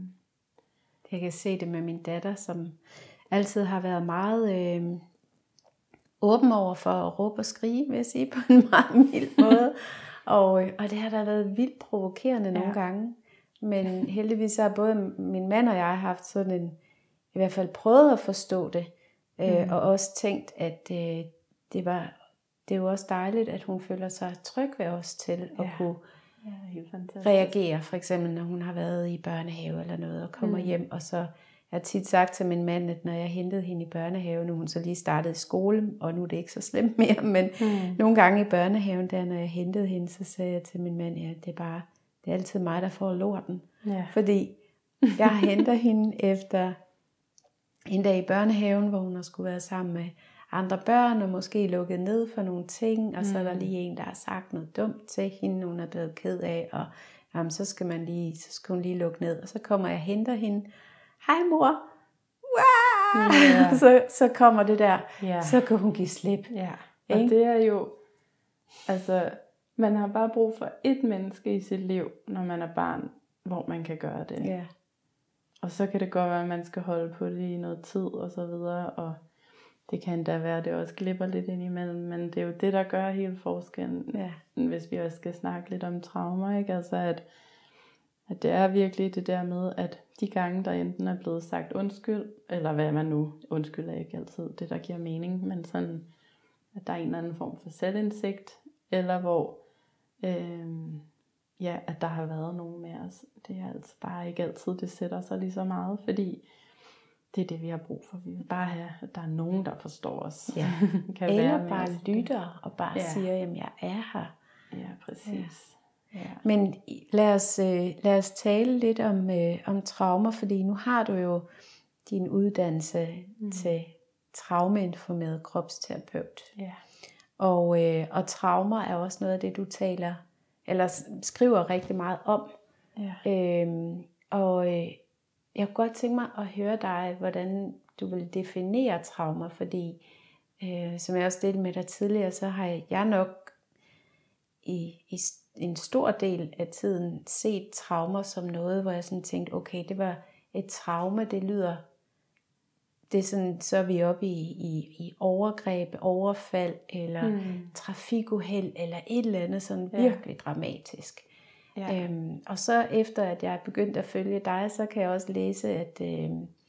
Speaker 1: Jeg kan se det med min datter, som altid har været meget øh, åben over for at råbe og skrige, vil jeg sige, på en meget mild måde. og, og det har da været vildt provokerende ja. nogle gange. Men heldigvis har både min mand og jeg haft sådan en, i hvert fald prøvet at forstå det, øh, mm. og også tænkt, at øh, det var det er jo også dejligt, at hun føler sig tryg ved os til at ja. kunne ja, reagere, for eksempel når hun har været i børnehave eller noget, og kommer mm. hjem, og så jeg har tit sagt til min mand, at når jeg hentede hende i børnehave, nu hun så lige startede i skole, og nu er det ikke så slemt mere, men mm. nogle gange i børnehaven, der når jeg hentede hende, så sagde jeg til min mand, ja, det er bare, det er altid mig, der får lorten, ja. fordi jeg henter hende efter en dag i børnehaven, hvor hun har skulle være sammen med andre børn, og måske lukket ned for nogle ting, og mm. så er der
Speaker 2: Mm.
Speaker 1: lige en, der har sagt noget dumt til hende, hun er blevet ked af, og jamen, så skal man lige, så skal hun lige lukke ned, og så kommer jeg og henter hende. Hej mor!
Speaker 2: Ja.
Speaker 1: så, så kommer det der,
Speaker 2: Ja.
Speaker 1: så kan hun give slip.
Speaker 2: Ja, og
Speaker 1: Ikke?
Speaker 2: det er jo, altså, man har bare brug for et menneske i sit liv, når man er barn, hvor man kan gøre det.
Speaker 1: Ja.
Speaker 2: Og så kan det godt være, at man skal holde på det i noget tid og så videre, og det kan endda være, at det også glipper lidt ind imellem, men det er jo det, der gør hele forskellen,
Speaker 1: Ja.
Speaker 2: hvis vi også skal snakke lidt om traumer, ikke? Altså at, at det er virkelig det der med, at de gange, der enten er blevet sagt undskyld, eller hvad man nu, undskyld er ikke altid det, der giver mening, men sådan, at der er en eller anden form for selvindsigt, eller hvor, øh, ja, at der har været nogen med os. Det er altså bare ikke altid, det sætter sig lige så meget, fordi det er det, vi har brug for. Vi vil bare have, at der er nogen, der forstår os.
Speaker 1: Ja.
Speaker 2: kan
Speaker 1: Eller
Speaker 2: være med
Speaker 1: bare
Speaker 2: os.
Speaker 1: lytter og bare
Speaker 2: Ja.
Speaker 1: siger, jamen jeg er her.
Speaker 2: Ja, præcis. Ja. Ja.
Speaker 1: Men lad os, øh, lad os tale lidt om, øh, om traumer, fordi nu har du jo din uddannelse mm. til traumeinformeret kropsterapeut.
Speaker 2: Ja.
Speaker 1: Og, øh, og traumer er også noget af det, du taler, eller skriver rigtig meget om.
Speaker 2: Ja.
Speaker 1: Øhm, og øh, jeg kunne godt tænke mig at høre dig, hvordan du vil definere traumer, fordi øh, som jeg også delte med dig tidligere, så har jeg nok i, i en stor del af tiden set traumer som noget, hvor jeg sådan tænkte, okay, det var et traume, det lyder, det er sådan, så er vi oppe i, i, i overgreb, overfald, eller
Speaker 2: Mm.
Speaker 1: trafikuheld, eller et eller andet sådan
Speaker 2: Ja.
Speaker 1: virkelig dramatisk.
Speaker 2: Ja.
Speaker 1: Øhm, og så efter at jeg er begyndt at følge dig, så kan jeg også læse, at, øh,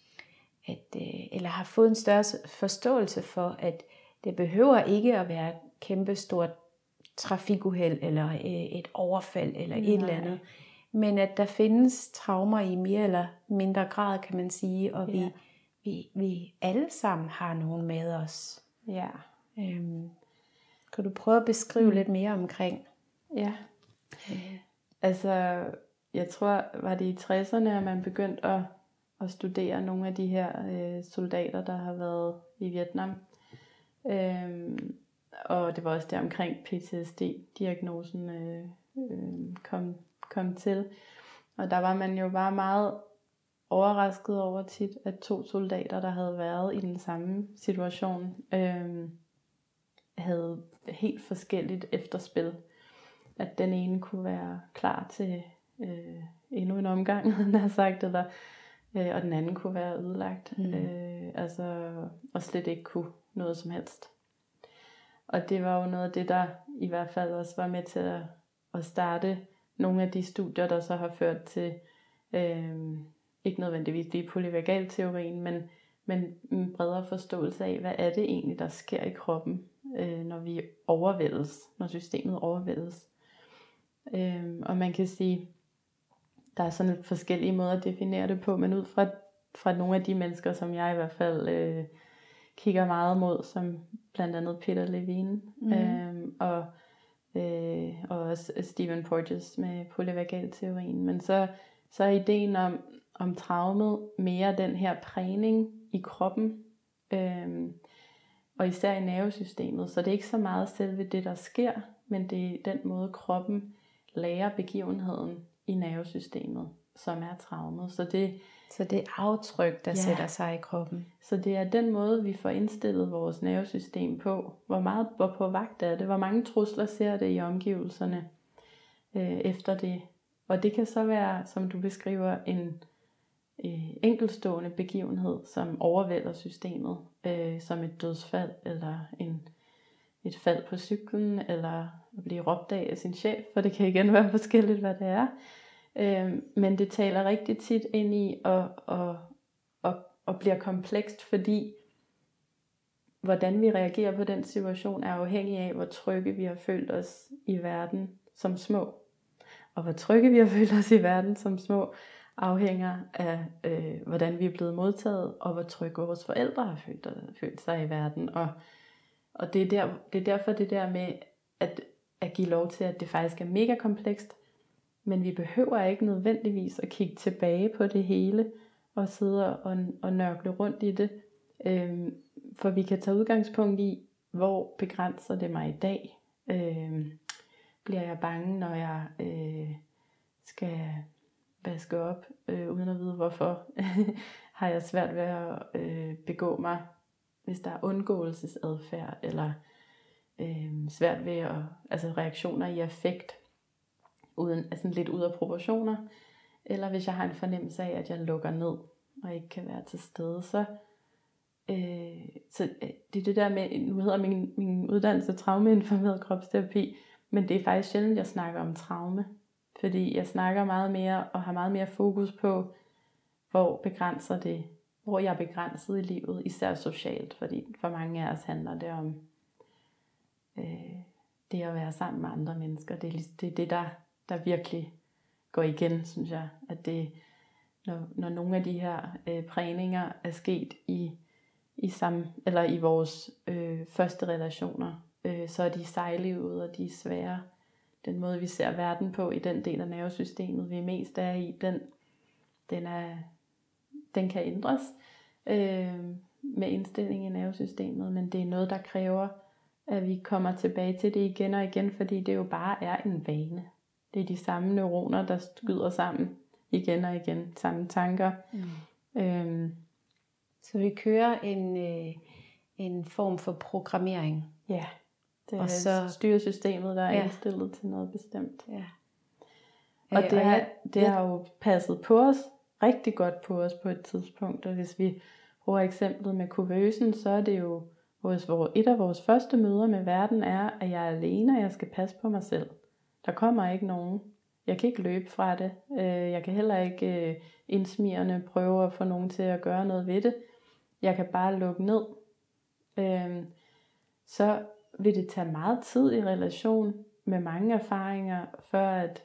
Speaker 1: at øh, eller har fået en større forståelse for, at det behøver ikke at være et kæmpestort trafikuheld, eller øh, et overfald, eller
Speaker 2: Nej.
Speaker 1: et eller andet. Men at der findes traumer i mere eller mindre grad, kan man sige, og vi,
Speaker 2: Ja.
Speaker 1: vi, vi alle sammen har nogen med os.
Speaker 2: Ja.
Speaker 1: Øhm, kan du prøve at beskrive
Speaker 2: Mm.
Speaker 1: lidt mere omkring?
Speaker 2: Ja.
Speaker 1: Øh,
Speaker 2: Altså, jeg tror, var det i tresserne, at man begyndte at, at studere nogle af de her øh, soldater, der har været i Vietnam. Øhm, og det var også der omkring P T S D-diagnosen øh, øh, kom, kom til. Og der var man jo bare meget overrasket over tit, at to soldater, der havde været i den samme situation, øh, havde helt forskelligt efterspil. At den ene kunne være klar til øh, endnu en omgang, han har sagt, eller, øh, og den anden kunne være ødelagt,
Speaker 1: Mm.
Speaker 2: øh, altså, og slet ikke kunne noget som helst. Og det var jo noget af det, der i hvert fald også var med til at, at starte nogle af de studier, der så har ført til, øh, ikke nødvendigvis lige polyvagalteorien, men, men en bredere forståelse af, hvad er det egentlig, der sker i kroppen, øh, når vi overvældes, når systemet overvældes. Øhm, og man kan sige, der er sådan lidt forskellige måder at definere det på, men ud fra, fra nogle af de mennesker, som jeg i hvert fald øh, kigger meget mod, som blandt andet Peter Levine, mm. øhm, og, øh, og også Stephen Porges med polyvagalteorien. Men så, så er ideen om, om traumet mere den her prægning i kroppen, øhm, og især i nervesystemet. Så det er ikke så meget selve det, der sker, men det er den måde, kroppen lærer begivenheden i nervesystemet, som er traumet. Så det,
Speaker 1: Så det er aftryk, der
Speaker 2: Ja.
Speaker 1: sætter sig i kroppen.
Speaker 2: så det er den måde, vi får indstillet vores nervesystem på. Hvor meget hvor på vagt er det? Hvor mange trusler ser det i omgivelserne øh, efter det? Og det kan så være, som du beskriver, en øh, enkeltstående begivenhed, som overvælder systemet, øh, som et dødsfald, eller en, et fald på cyklen, eller at blive råbt af af sin chef, for det kan igen være forskelligt, hvad det er. Øh, men det taler rigtig tit ind i, og, og, og, og bliver komplekst, fordi hvordan vi reagerer på den situation, er afhængig af, hvor trygge vi har følt os i verden som små. Og hvor trygge vi har følt os i verden som små, afhænger af, øh, hvordan vi er blevet modtaget, og hvor trygge vores forældre har følt, følt sig i verden. Og, og det, er der, det er derfor det der med at, at give lov til, at det faktisk er mega komplekst, men vi behøver ikke nødvendigvis at kigge tilbage på det hele, og sidde og, og nørkle rundt i det, øhm, for vi kan tage udgangspunkt i, hvor begrænser det mig i dag. Øh, bliver jeg bange, når jeg øh, skal vaske op, øh, uden at vide hvorfor? Har jeg svært ved at øh, begå mig, hvis der er undgåelsesadfærd, eller øh, svært ved at, altså reaktioner i affekt, uden, altså lidt ud af proportioner, eller hvis jeg har en fornemmelse af, at jeg lukker ned, og ikke kan være til stede, så, øh, så det er det der med, nu hedder min, min uddannelse traumeinformeret kropsterapi, men det er faktisk sjældent, jeg snakker om traume, fordi jeg snakker meget mere, og har meget mere fokus på, hvor begrænser det, hvor jeg er begrænset i livet, især socialt, fordi for mange af os handler det om øh, det at være sammen med andre mennesker. Det er det, det der, der virkelig går igen, synes jeg, at det, når, når nogle af de her øh, prægninger er sket i, i, sam, eller i vores øh, første relationer, øh, så er de sejlivet, og de er svære. Den måde, vi ser verden på i den del af nervesystemet, vi mest er i, den, den, er, den kan ændres øh, med indstilling i nervesystemet, men det er noget, der kræver, at vi kommer tilbage til det igen og igen, fordi det jo bare er en vane. Det er de samme neuroner, der skyder sammen igen og igen, samme tanker. Mm. Øhm.
Speaker 1: Så vi kører en, øh, en form for programmering.
Speaker 2: Ja, det er og så styresystemet, der er ja. indstillet til noget bestemt. Ja. Og det, er, det har jo passet på os, rigtig godt på os på et tidspunkt. Og hvis vi bruger eksemplet med kuvøsen, så er det jo vores, et af vores første møder med verden er, at jeg er alene, og jeg skal passe på mig selv. Der kommer ikke nogen. Jeg kan ikke løbe fra det. Jeg kan heller ikke indsmirrende prøve at få nogen til at gøre noget ved det. Jeg kan bare lukke ned. Så vil det tage meget tid i relation med mange erfaringer, før at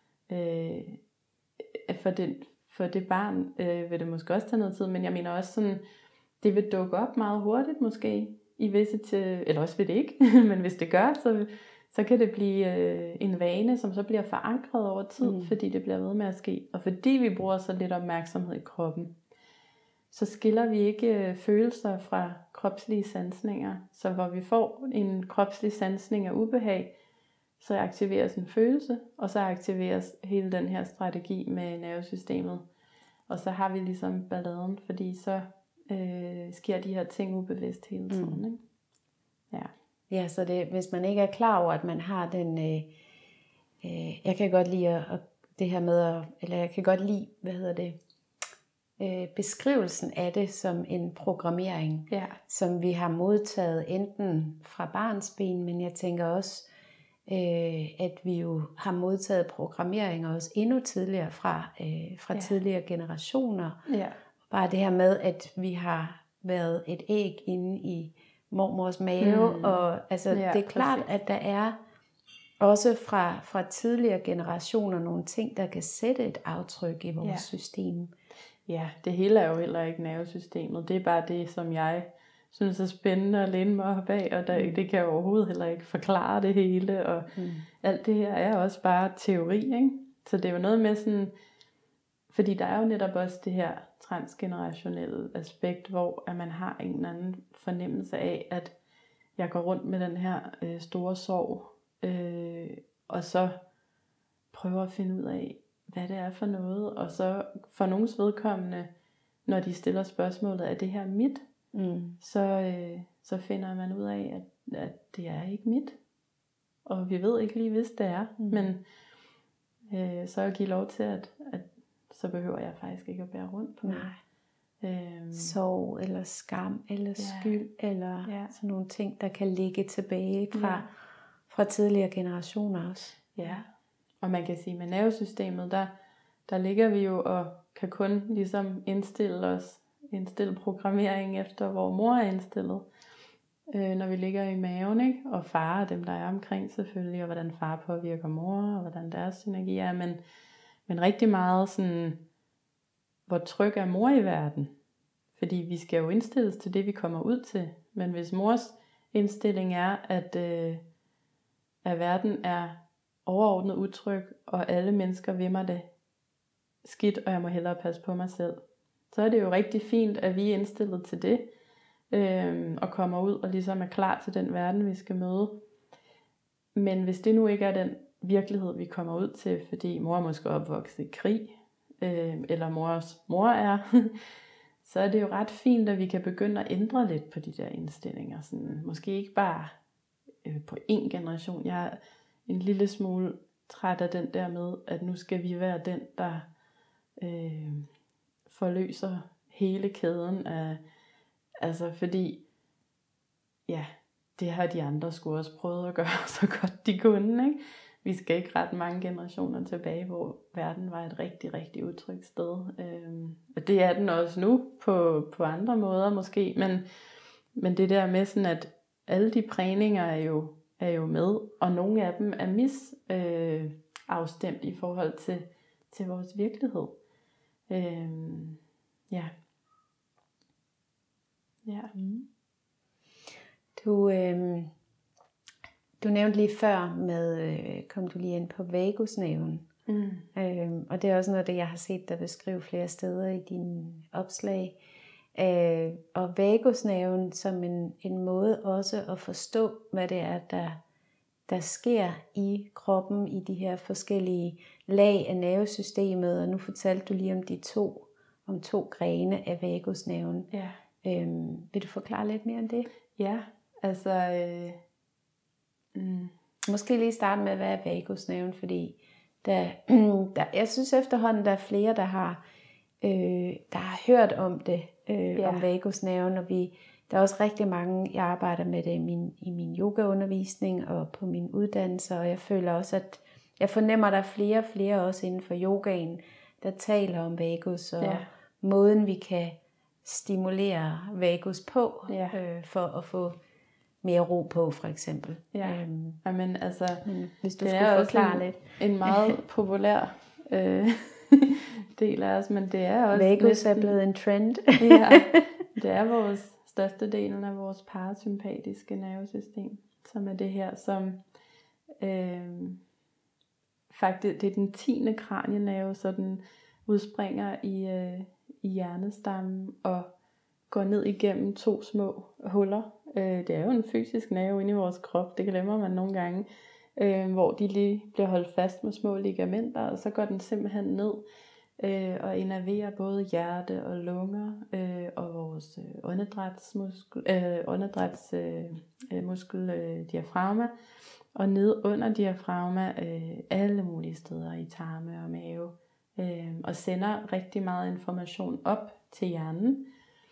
Speaker 2: for det, for det barn vil det måske også tage noget tid, men jeg mener også sådan, det vil dukke op meget hurtigt måske, i visse til, eller også vil det ikke, men hvis det gør, så så kan det blive øh, en vane, som så bliver forankret over tid, mm. fordi det bliver ved med at ske. Og fordi vi bruger så lidt opmærksomhed i kroppen, så skiller vi ikke øh, følelser fra kropslige sansninger. Så hvor vi får en kropslig sansning af ubehag, så aktiveres en følelse, og så aktiveres hele den her strategi med nervesystemet. Og så har vi ligesom balladen, fordi så øh, sker de her ting ubevidst hele tiden. Mm. Ikke? Ja.
Speaker 1: Ja, så det, hvis man ikke er klar over, at man har den, øh, øh, jeg kan godt lide at, at, det her med, at, eller jeg kan godt lide, hvad hedder det, øh, beskrivelsen af det som en programmering, ja. Som vi har modtaget enten fra barnsben, men jeg tænker også, øh, at vi jo har modtaget programmeringer også endnu tidligere fra, øh, fra ja. tidligere generationer. Ja. Bare det her med, at vi har været et æg inde i mormors mave, hmm. og altså, ja, det er klart, præcis. At der er også fra, fra tidligere generationer nogle ting, der kan sætte et aftryk i vores ja. system.
Speaker 2: Ja, det hele er jo heller ikke nervesystemet. Det er bare det, som jeg synes er spændende at læne mig op af, og der, mm. det kan jeg overhovedet heller ikke forklare det hele, og mm. alt det her er også bare teori, ikke? Så det er jo noget med sådan, fordi der er jo netop også det her transgenerationelle aspekt, hvor at man har en eller anden fornemmelse af, at jeg går rundt med den her øh, store sorg, øh, og så prøver at finde ud af, hvad det er for noget, og så for nogens vedkommende, når de stiller spørgsmålet, er det her mit? Mm. Så, øh, så finder man ud af, at, at det er ikke mit, og vi ved ikke lige, hvis det er, mm. men øh, så at give lov til, at, at så behøver jeg faktisk ikke at bære rundt på.
Speaker 1: Nej. Øhm. Sorg, eller skam, eller ja. skyld, eller ja. sådan nogle ting, der kan ligge tilbage fra, ja. fra tidligere generationer også.
Speaker 2: Ja, og man kan sige, med nervesystemet, der, der ligger vi jo og kan kun ligesom indstille os, indstille programmering efter, hvor mor er indstillet, øh, når vi ligger i maven, ikke? Og far og dem, der er omkring selvfølgelig, og hvordan far påvirker mor, og hvordan deres synergi er, men Men rigtig meget sådan, hvor tryg er mor i verden? Fordi vi skal jo indstilles til det, vi kommer ud til. Men hvis mors indstilling er, at, øh, at verden er overordnet utryg, og alle mennesker vil mig det skidt, og jeg må hellere passe på mig selv, så er det jo rigtig fint, at vi er indstillet til det. øh, og kommer ud og ligesom er klar til den verden, vi skal møde. Men hvis det nu ikke er den virkelighed, vi kommer ud til, fordi mor er måske opvokset i krig, øh, eller mors mor er, så er det jo ret fint, at vi kan begynde at ændre lidt på de der indstillinger. Sådan, måske ikke bare øh, på én generation. Jeg er en lille smule træt af den der med, at nu skal vi være den, der øh, forløser hele kæden af, altså fordi, ja, det har de andre sgu også prøvet at gøre så godt de kunne, ikke? Vi skal ikke ret mange generationer tilbage, hvor verden var et rigtig, rigtig utrygt sted. Øhm, og det er den også nu, på, på andre måder måske, men, men det der med sådan, at alle de prægninger er jo, er jo med, og nogle af dem er misafstemt øh, afstemt i forhold til, til vores virkelighed. Øhm, ja. Ja.
Speaker 1: Mm. Du, øh, du nævnte lige før med, øh, kom du lige ind på vagusnerven. Mm. Øh, og det er også noget af det, jeg har set dig beskrive flere steder i dine opslag. Øh, og vagusnerven som en, en måde også at forstå, hvad det er, der, der sker i kroppen, i de her forskellige lag af nervesystemet. Og nu fortalte du lige om de to, om to grene af vagusnerven.
Speaker 2: Ja.
Speaker 1: Øh, vil du forklare lidt mere om det?
Speaker 2: Ja, altså... Øh, mm.
Speaker 1: Måske lige starte med, hvad er vagusnerven, fordi der, der, jeg synes efterhånden, der er flere, der har, øh, der har hørt om det, øh, ja. om vagusnerven, og vi, der er også rigtig mange, jeg arbejder med det i min, i min yogaundervisning og på min uddannelse, og jeg føler også, at jeg fornemmer, at der er flere og flere også inden for yogaen, der taler om vagus, og ja. måden vi kan stimulere vagus på, ja. øh, for at få mere ro på, for eksempel.
Speaker 2: Ja, øhm, Amen, altså,
Speaker 1: men hvis du
Speaker 2: det
Speaker 1: skulle
Speaker 2: er
Speaker 1: forklare
Speaker 2: en,
Speaker 1: lidt.
Speaker 2: en meget populær øh, del af os, men det er også...
Speaker 1: Vagus næsten, er blevet en trend.
Speaker 2: Ja, det er vores største del af vores parasympatiske nervesystem, som er det her, som øh, faktisk, det er den tiende kranienerve, så den udspringer i, øh, i hjernestammen og går ned igennem to små huller. Det er jo en fysisk nerve inde i vores krop, det glemmer man nogle gange, øh, hvor de lige bliver holdt fast med små ligamenter, og så går den simpelthen ned øh, og innerverer både hjerte og lunger øh, og vores åndedrætsmuskel, øh, åndedrætsmuskel øh, øh, diafragma, og ned under diafragma øh, alle mulige steder i tarme og mave, øh, og sender rigtig meget information op til hjernen,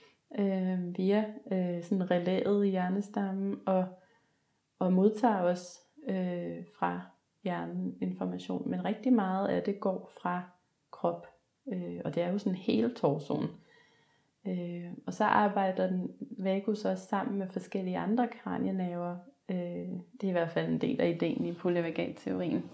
Speaker 2: Øh, via øh, sådan relæet i hjernestammen, og, og modtager også øh, fra hjernen information, men rigtig meget af det går fra krop, øh, og det er jo sådan hele torsoen. Øh, og så arbejder den vagus også sammen med forskellige andre kranienerver. Øh, det er i hvert fald en del af ideen i polyvagalteorien.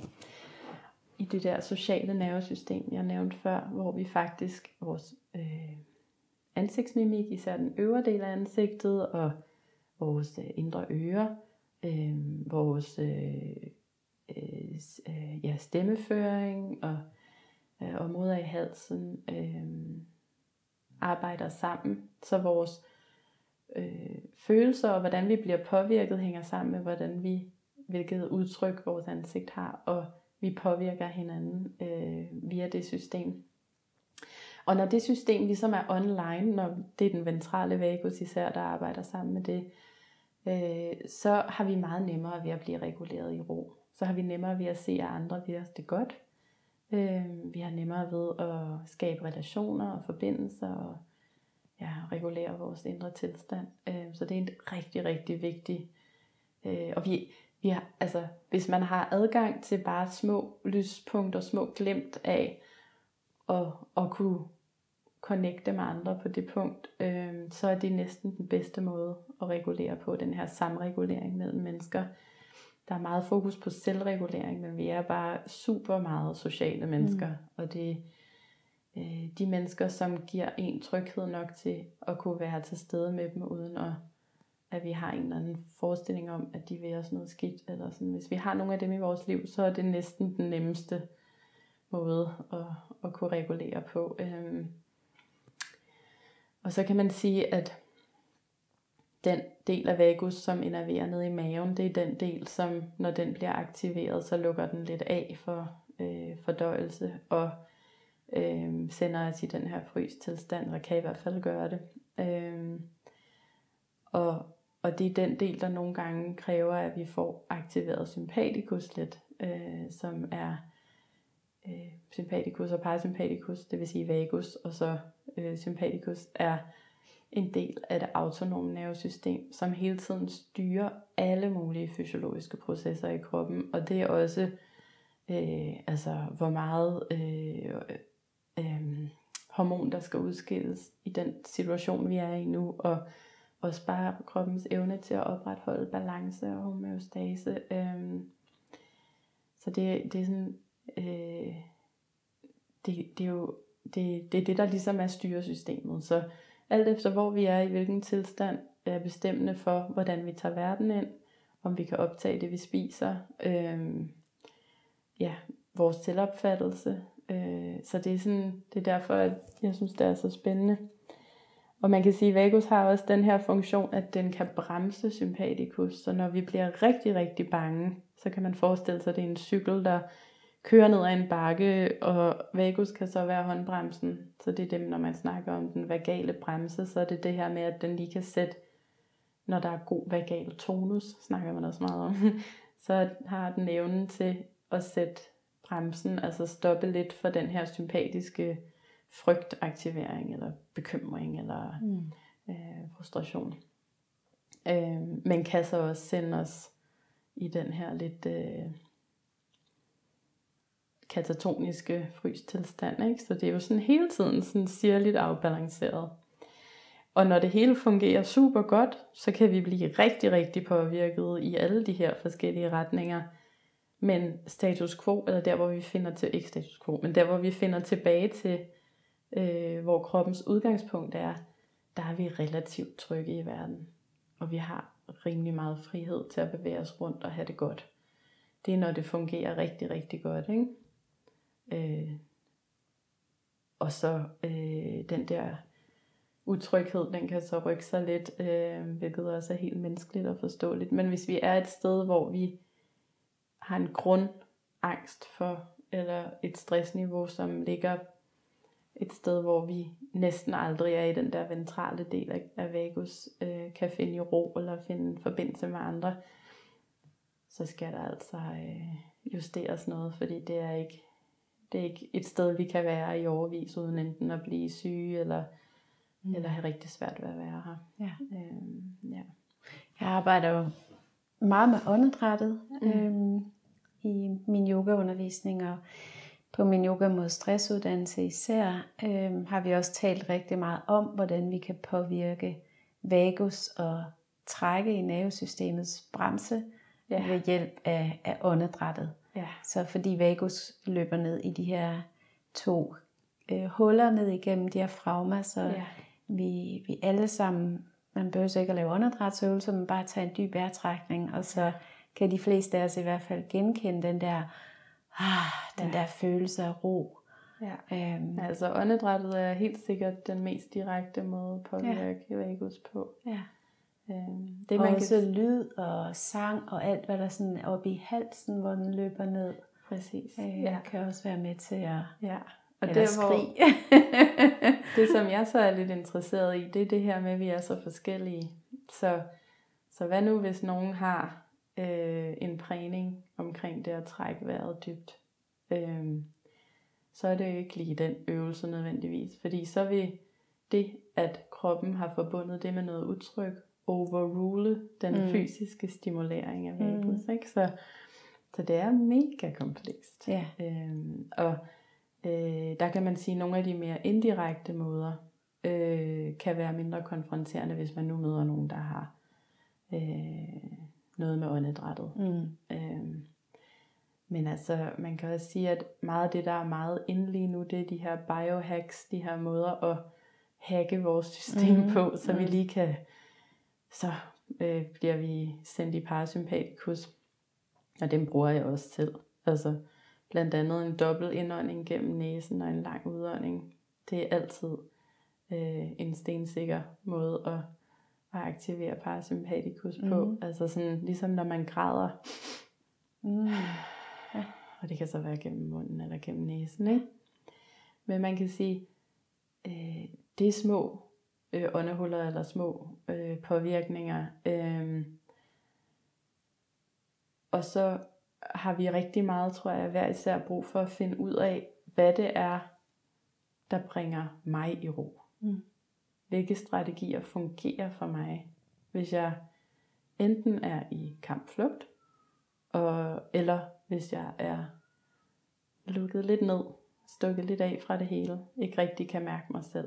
Speaker 2: I det der sociale nervesystem, jeg nævnte før, hvor vi faktisk, vores øh, ansigtsmimik, især den øvre del af ansigtet, og vores øh, indre ører, øh, vores øh, øh, ja, stemmeføring og, øh, og moder i halsen øh, arbejder sammen, så vores øh, følelser og hvordan vi bliver påvirket hænger sammen med hvordan vi, hvilket udtryk vores ansigt har, og vi påvirker hinanden øh, via det system. Og når det system ligesom er online, når det er den ventrale vagus især, der arbejder sammen med det, øh, så har vi meget nemmere ved at blive reguleret i ro. Så har vi nemmere ved at se, at andre vil os det godt. Øh, vi har nemmere ved at skabe relationer og forbindelser og ja, regulere vores indre tilstand. Øh, så det er en rigtig, rigtig vigtig. Øh, og vi, vi har, altså, hvis man har adgang til bare små lyspunkter, små glimt af at, at kunne connecte med andre på det punkt, øh, så er det næsten den bedste måde at regulere på, den her samregulering mellem mennesker. Der er meget fokus på selvregulering, men vi er bare super meget sociale mennesker, mm. og det øh, de mennesker, som giver en tryghed nok til at kunne være til stede med dem, uden at, at vi har en eller anden forestilling om, at de vil os noget skidt, eller sådan. Hvis vi har nogle af dem i vores liv, så er det næsten den nemmeste måde at, at kunne regulere på. Øhm, og så kan man sige, at den del af vagus, som innerverer nede i maven, det er den del, som når den bliver aktiveret, så lukker den lidt af for øh, fordøjelse og øh, sender os i den her frystilstand, eller kan i hvert fald gøre det. Øh, og, og det er den del, der nogle gange kræver, at vi får aktiveret sympatikus lidt, øh, som er øh, sympatikus og parasympatikus, det vil sige vagus, og så øh, sympatikus er en del af det autonome nervesystem, som hele tiden styrer alle mulige fysiologiske processer i kroppen, og det er også øh, altså hvor meget øh, øh, hormon der skal udskilles i den situation vi er i nu, og også bare kroppens evne til at opretholde balance og homeostase. Øh, så det, det er sådan øh, det, det er jo det, det er det der ligesom er styresystemet. Så alt efter hvor vi er i hvilken tilstand er bestemmende for hvordan vi tager verden ind, om vi kan optage det vi spiser, øh, ja, vores selvopfattelse. Øh, så det er sådan, det er derfor at jeg synes det er så spændende. Og man kan sige at vagus har også den her funktion at den kan bremse sympatikus, så når vi bliver rigtig rigtig bange, så kan man forestille sig at det er en cykel der kører ned ad en bakke, og vagus kan så være håndbremsen. Så det er dem, når man snakker om den vagale bremse, så er det det her med, at den lige kan sætte, når der er god vagal tonus, snakker man også meget om, så har den evnen til at sætte bremsen, altså stoppe lidt for den her sympatiske frygtaktivering, eller bekymring, eller mm. øh, frustration. Øh, men kan så også sende os i den her lidt Øh, katatoniske frystilstand, ikke? Så det er jo sådan hele tiden sådan sirligt afbalanceret. Og når det hele fungerer super godt, så kan vi blive rigtig, rigtig påvirket i alle de her forskellige retninger. Men status quo, eller der hvor vi finder til, ikke status quo, men der hvor vi finder tilbage til, øh, hvor kroppens udgangspunkt er, der er vi relativt trygge i verden. Og vi har rimelig meget frihed til at bevæge os rundt og have det godt. Det er når det fungerer rigtig, rigtig godt, ikke? Øh, og så øh, den der utryghed, den kan så rykke sig lidt, øh, hvilket også er helt menneskeligt og forståeligt. Men hvis vi er et sted, hvor vi har en grundangst for, eller et stressniveau, som ligger et sted, hvor vi næsten aldrig er i den der ventrale del af, af vagus, øh, kan finde i ro, eller finde forbindelse med andre, så skal der altså øh, justeres noget, fordi det er ikke Det er ikke et sted, vi kan være i overvis, uden enten at blive syge, eller, mm. eller have rigtig svært ved at være her.
Speaker 1: Ja.
Speaker 2: Øhm, ja.
Speaker 1: Jeg arbejder jo meget med åndedrættet
Speaker 2: mm.
Speaker 1: øhm, i min yogaundervisning, og på min yoga mod stressuddannelse især, øhm, har vi også talt rigtig meget om, hvordan vi kan påvirke vagus og trække i nervesystemets bremse ja. ved hjælp af, af åndedrættet.
Speaker 2: Ja.
Speaker 1: Så fordi vagus løber ned i de her to øh, huller ned igennem diafragma, så ja. vi, vi alle sammen, man behøver ikke at lave åndedrætsøvelser, men bare tage en dyb vejrtrækning, og så kan de fleste af os i hvert fald genkende den der, ah, den ja. der følelse af ro.
Speaker 2: Ja. Øhm. Altså åndedrættet er helt sikkert den mest direkte måde at påvirke ja. vagus på.
Speaker 1: Ja.
Speaker 2: Øhm,
Speaker 1: det man også kan... lyd og sang og alt hvad der sådan er oppe i halsen, hvor den løber ned.
Speaker 2: Præcis.
Speaker 1: Øh, ja. Kan også være med til at
Speaker 2: ja. Og
Speaker 1: det,
Speaker 2: hvor, det som jeg så er lidt interesseret i, det er det her med at vi er så forskellige. Så, så hvad nu hvis nogen har øh, en prægning omkring det at trække vejret dybt, øh, så er det jo ikke lige den øvelse nødvendigvis, fordi så vil det at kroppen har forbundet det med noget utryg overrule den mm. fysiske stimulering af vagus, mm. ikke? Så, så det er mega komplekst.
Speaker 1: Ja.
Speaker 2: Øhm, og øh, der kan man sige, at nogle af de mere indirekte måder øh, kan være mindre konfronterende, hvis man nu møder nogen, der har øh, noget med åndedrættet. Mm. Øhm, men altså, man kan også sige, at meget af det, der er meget inde lige nu, det er de her biohacks, de her måder at hacke vores system mm. på, så mm. vi lige kan, så øh, bliver vi sendt i parasympatikus, og dem bruger jeg også selv. Altså blandt andet en dobbelt indånding gennem næsen og en lang udånding. Det er altid øh, en stensikker måde at at aktivere parasympatikus mm. på. Altså sådan, ligesom når man græder. Mm. Ja. Og det kan så være gennem munden eller gennem næsen, ikke? Men man kan sige, øh, det er små øh, åndehuller eller små øh, påvirkninger. Øh, og så har vi rigtig meget, tror jeg, hver især brug for at finde ud af, hvad det er, der bringer mig i ro. Mm. Hvilke strategier fungerer for mig, hvis jeg enten er i kampflugt, og, eller hvis jeg er lukket lidt ned, stukket lidt af fra det hele, ikke rigtig kan mærke mig selv.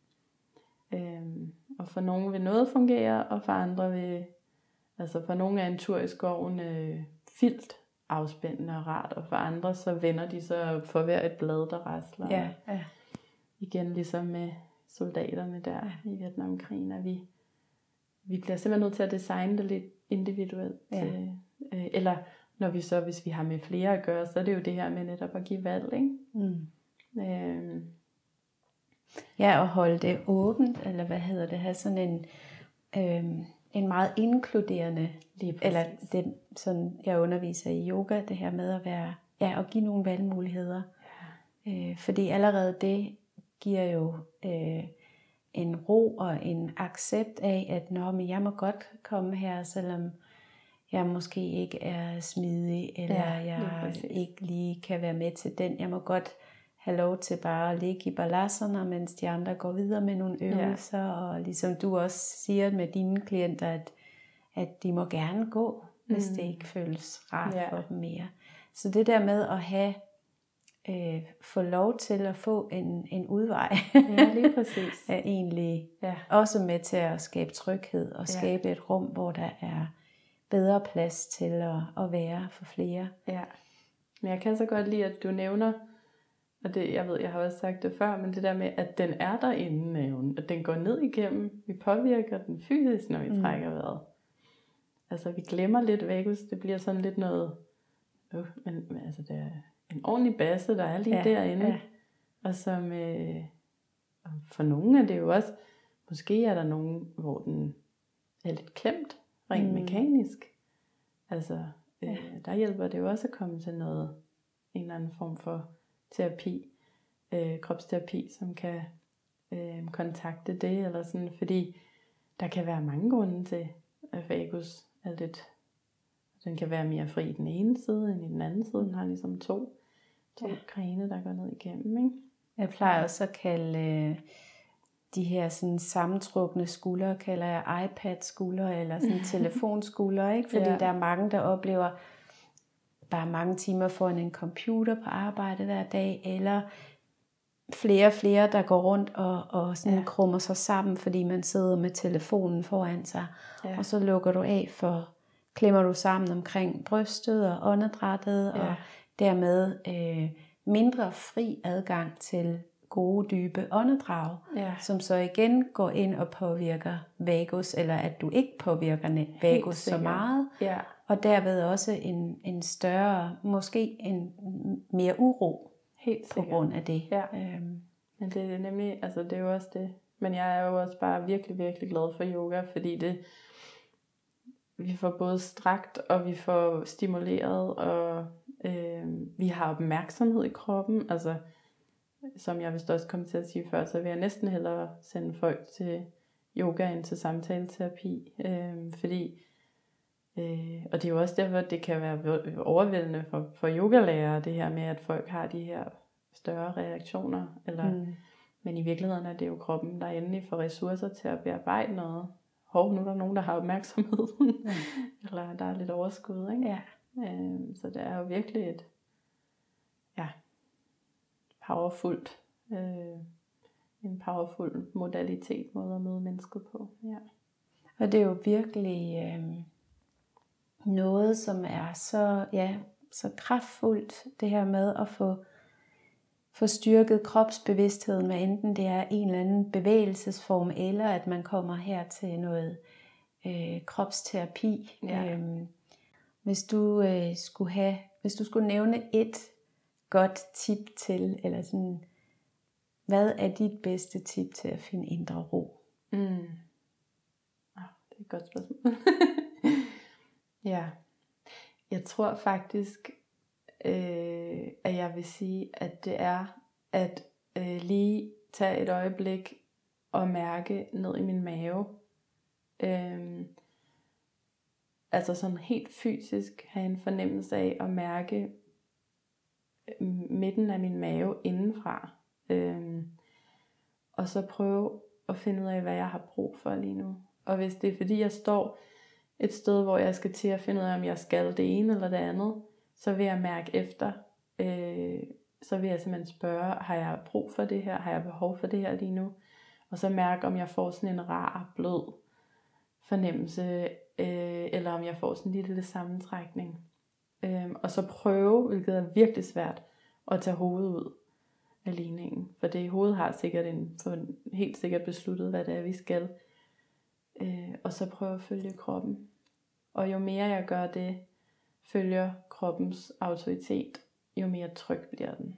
Speaker 2: Øhm, og for nogle vil noget fungere, og for andre vil, altså for nogle er en tur i skoven øh, filt afspændende og rart, og for andre så vender de sig for hver et blad, der rasler.
Speaker 1: Ja, ja.
Speaker 2: Igen ligesom med soldaterne der i Vietnamkrigen, at vi, vi bliver simpelthen nødt til at designe det lidt individuelt. Ja. Til, øh, eller når vi så, hvis vi har med flere at gøre, så er det jo det her med netop at give valg, ikke? Mm. Øhm.
Speaker 1: Ja, og holde det åbent, eller hvad hedder det, have sådan en, øhm, en meget inkluderende, eller det, sådan jeg underviser i yoga, det her med at være, ja, at give nogle valgmuligheder. Ja. Øh, fordi allerede det giver jo øh, en ro og en accept af, at nå, men jeg må godt komme her, selvom jeg måske ikke er smidig, eller ja, jeg ikke lige kan være med til den. Jeg må godt have lov til bare at ligge i balancer, mens de andre går videre med nogle øvelser. Ja. Og ligesom du også siger med dine klienter, at, at de må gerne gå, hvis mm. det ikke føles rart ja. for dem mere. Så det der med at have øh, få lov til at få en, en udvej,
Speaker 2: ja, lige præcis.
Speaker 1: er egentlig ja. også med til at skabe tryghed og skabe ja. et rum, hvor der er bedre plads til at, at være for flere.
Speaker 2: Ja, men jeg kan så godt lide, at du nævner, og det, jeg ved, jeg har også sagt det før, men det der med, at den er derinde, nævn, at den går ned igennem, vi påvirker den fysisk, når vi mm. trækker vejret. Altså, vi glemmer lidt vagus, det bliver sådan lidt noget, øh, men, men altså, det er en ordentlig basse, der er lige ja, derinde, ja. og som, øh, og for nogle er det jo også, måske er der nogen, hvor den er lidt klemt, rent mm. mekanisk. Altså, øh, ja. der hjælper det jo også at komme til noget, en eller anden form for terapi, øh, kropsterapi, som kan øh, kontakte det, eller sådan, fordi der kan være mange grunde til, at vagus er lidt, den kan være mere fri i den ene side, end i den anden side. Den har ligesom to, to ja. grene, der går ned igennem, ikke?
Speaker 1: Jeg plejer også at kalde øh, de her sådan sammentrukne skuldre, kalder jeg iPad-skuldre, eller sådan telefonskuldre, ikke? Fordi ja. der er mange, der oplever bare mange timer foran en computer på arbejde hver dag, eller flere og flere, der går rundt og, og sådan ja. krummer sig sammen, fordi man sidder med telefonen foran sig, ja. og så lukker du af for, klemmer du sammen omkring brystet og åndedrættet, ja. og dermed øh, mindre fri adgang til gode, dybe åndedrag, ja. som så igen går ind og påvirker vagus, eller at du ikke påvirker vagus så meget,
Speaker 2: ja.
Speaker 1: og derved også en, en større, måske en mere uro.
Speaker 2: Helt
Speaker 1: på grund af det.
Speaker 2: Ja. Øhm. Men det er nemlig, altså det er jo også det. Men jeg er jo også bare virkelig, virkelig glad for yoga, fordi det, vi får både strakt, og vi får stimuleret, og øh, vi har opmærksomhed i kroppen. Altså, som jeg vist også kom til at sige før, så vil jeg næsten hellere sende folk til yoga end til samtaleterapi. Øh, fordi, øh, og det er jo også derfor, at det kan være overvældende for, for yogalærere, det her med, at folk har de her større reaktioner. Eller, mm. Men i virkeligheden er det jo kroppen, der endelig får ressourcer til at bearbejde noget. Hov, nu er der nogen, der har opmærksomhed. Mm. Eller der er lidt overskud, ikke?
Speaker 1: Ja.
Speaker 2: Øh, så det er jo virkelig et ja, powerfult, øh, en powerful modalitet, måde at møde mennesket på. Ja.
Speaker 1: Og det er jo virkelig øh, noget, som er så, ja, så kraftfuldt, det her med at få, få styrket kropsbevidstheden, med enten det er en eller anden bevægelsesform, eller at man kommer her til noget øh, kropsterapi.
Speaker 2: Ja.
Speaker 1: Øh, hvis du øh, skulle have, hvis du skulle nævne et godt tip til, eller sådan, hvad er dit bedste tip til at finde indre ro?
Speaker 2: Mm. et godt spørgsmål. Ja, jeg tror faktisk, øh, at jeg vil sige, at det er at øh, lige tage et øjeblik og mærke ned i min mave. Øh, altså sådan helt fysisk have en fornemmelse af at mærke midten af min mave indenfra. Øh, og så prøve at finde ud af, hvad jeg har brug for lige nu. Og hvis det er fordi, jeg står et sted, hvor jeg skal til at finde ud af, om jeg skal det ene eller det andet, så vil jeg mærke efter. Øh, så vil jeg simpelthen spørge, har jeg brug for det her? Har jeg behov for det her lige nu? Og så mærke, om jeg får sådan en rar, blød fornemmelse, øh, eller om jeg får sådan en lille, lille sammentrækning. Øh, og så prøve, hvilket er virkelig svært, at tage hovedet ud af ligningen. For det hovedet har sikkert en, for helt sikkert besluttet, hvad det er, vi skal. Øh, og så prøve at følge kroppen. Og jo mere jeg gør det, følger kroppens autoritet, jo mere tryg bliver den.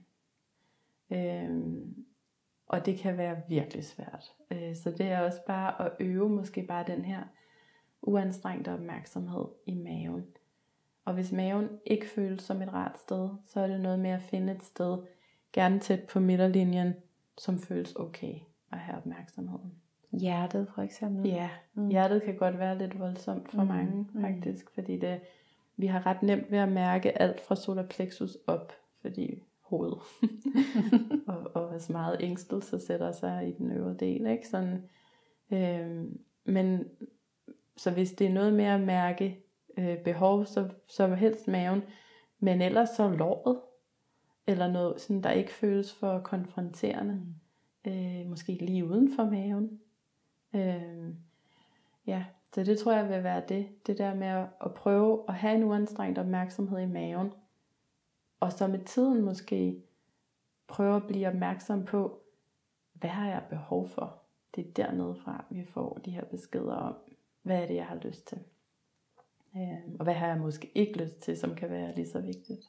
Speaker 2: Øh, og det kan være virkelig svært. Øh, så det er også bare at øve måske bare den her uanstrengte opmærksomhed i maven. Og hvis maven ikke føles som et rart sted, så er det noget med at finde et sted, gerne tæt på midterlinjen, som føles okay at have opmærksomheden.
Speaker 1: Hjertet for eksempel.
Speaker 2: Ja, mm. hjertet kan godt være lidt voldsomt for mm. mange faktisk, mm. fordi det, vi har ret nemt ved at mærke alt fra solar plexus op, fordi hovedet og, og hvor meget ængstelse sætter sig i den øvre del, ikke? Sådan, øh, men så hvis det er noget med at mærke øh, behov, så, så helst maven, men ellers så låret, eller noget sådan, der ikke føles for konfronterende, mm. øh, måske lige uden for maven. Øh, ja, så det tror jeg vil være det, det der med at, at prøve at have en uanstrengt opmærksomhed i maven, og så med tiden måske prøve at blive opmærksom på, hvad har jeg behov for? Det er dernede fra, vi får de her beskeder om, hvad er det, jeg har lyst til? Øh, og hvad har jeg måske ikke lyst til, som kan være lige så vigtigt.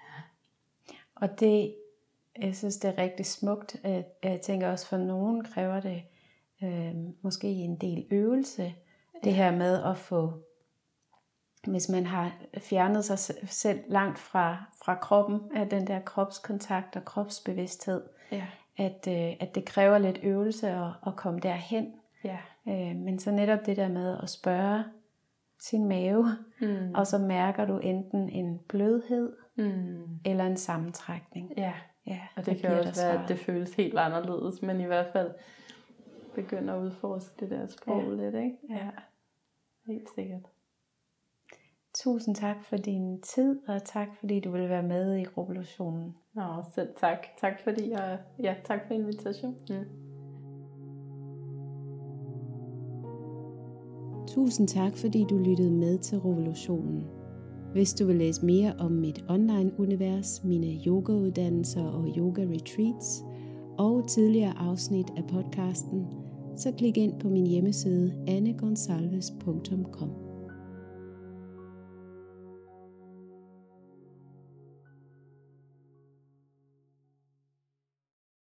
Speaker 1: Og det, jeg synes, det er rigtig smukt. Jeg tænker også, for nogen kræver det øh, måske en del øvelse. Det ja. her med at få, hvis man har fjernet sig selv langt fra, fra kroppen, af den der kropskontakt og kropsbevidsthed, ja. at, øh, at det kræver lidt øvelse at, at komme derhen. Ja. Øh, men så netop det der med at spørge sin mave, mm. og så mærker du enten en blødhed, mm. eller en sammentrækning.
Speaker 2: Ja, ja, og det kan også være, at det føles helt anderledes, men i hvert fald begynder at udforske det der sprog ja. lidt, ikke? Ja, helt sikkert.
Speaker 1: Tusind tak for din tid, og tak fordi du ville være med i Revolutionen.
Speaker 2: Nå, selv tak. Tak fordi jeg, ja, tak for invitationen. Mm.
Speaker 1: Tusind tak fordi du lyttede med til Revolutionen. Hvis du vil læse mere om mit online-univers, mine yogauddannelser og yoga-retreats og tidligere afsnit af podcasten, så klik ind på min hjemmeside anne gonsalves punktum com.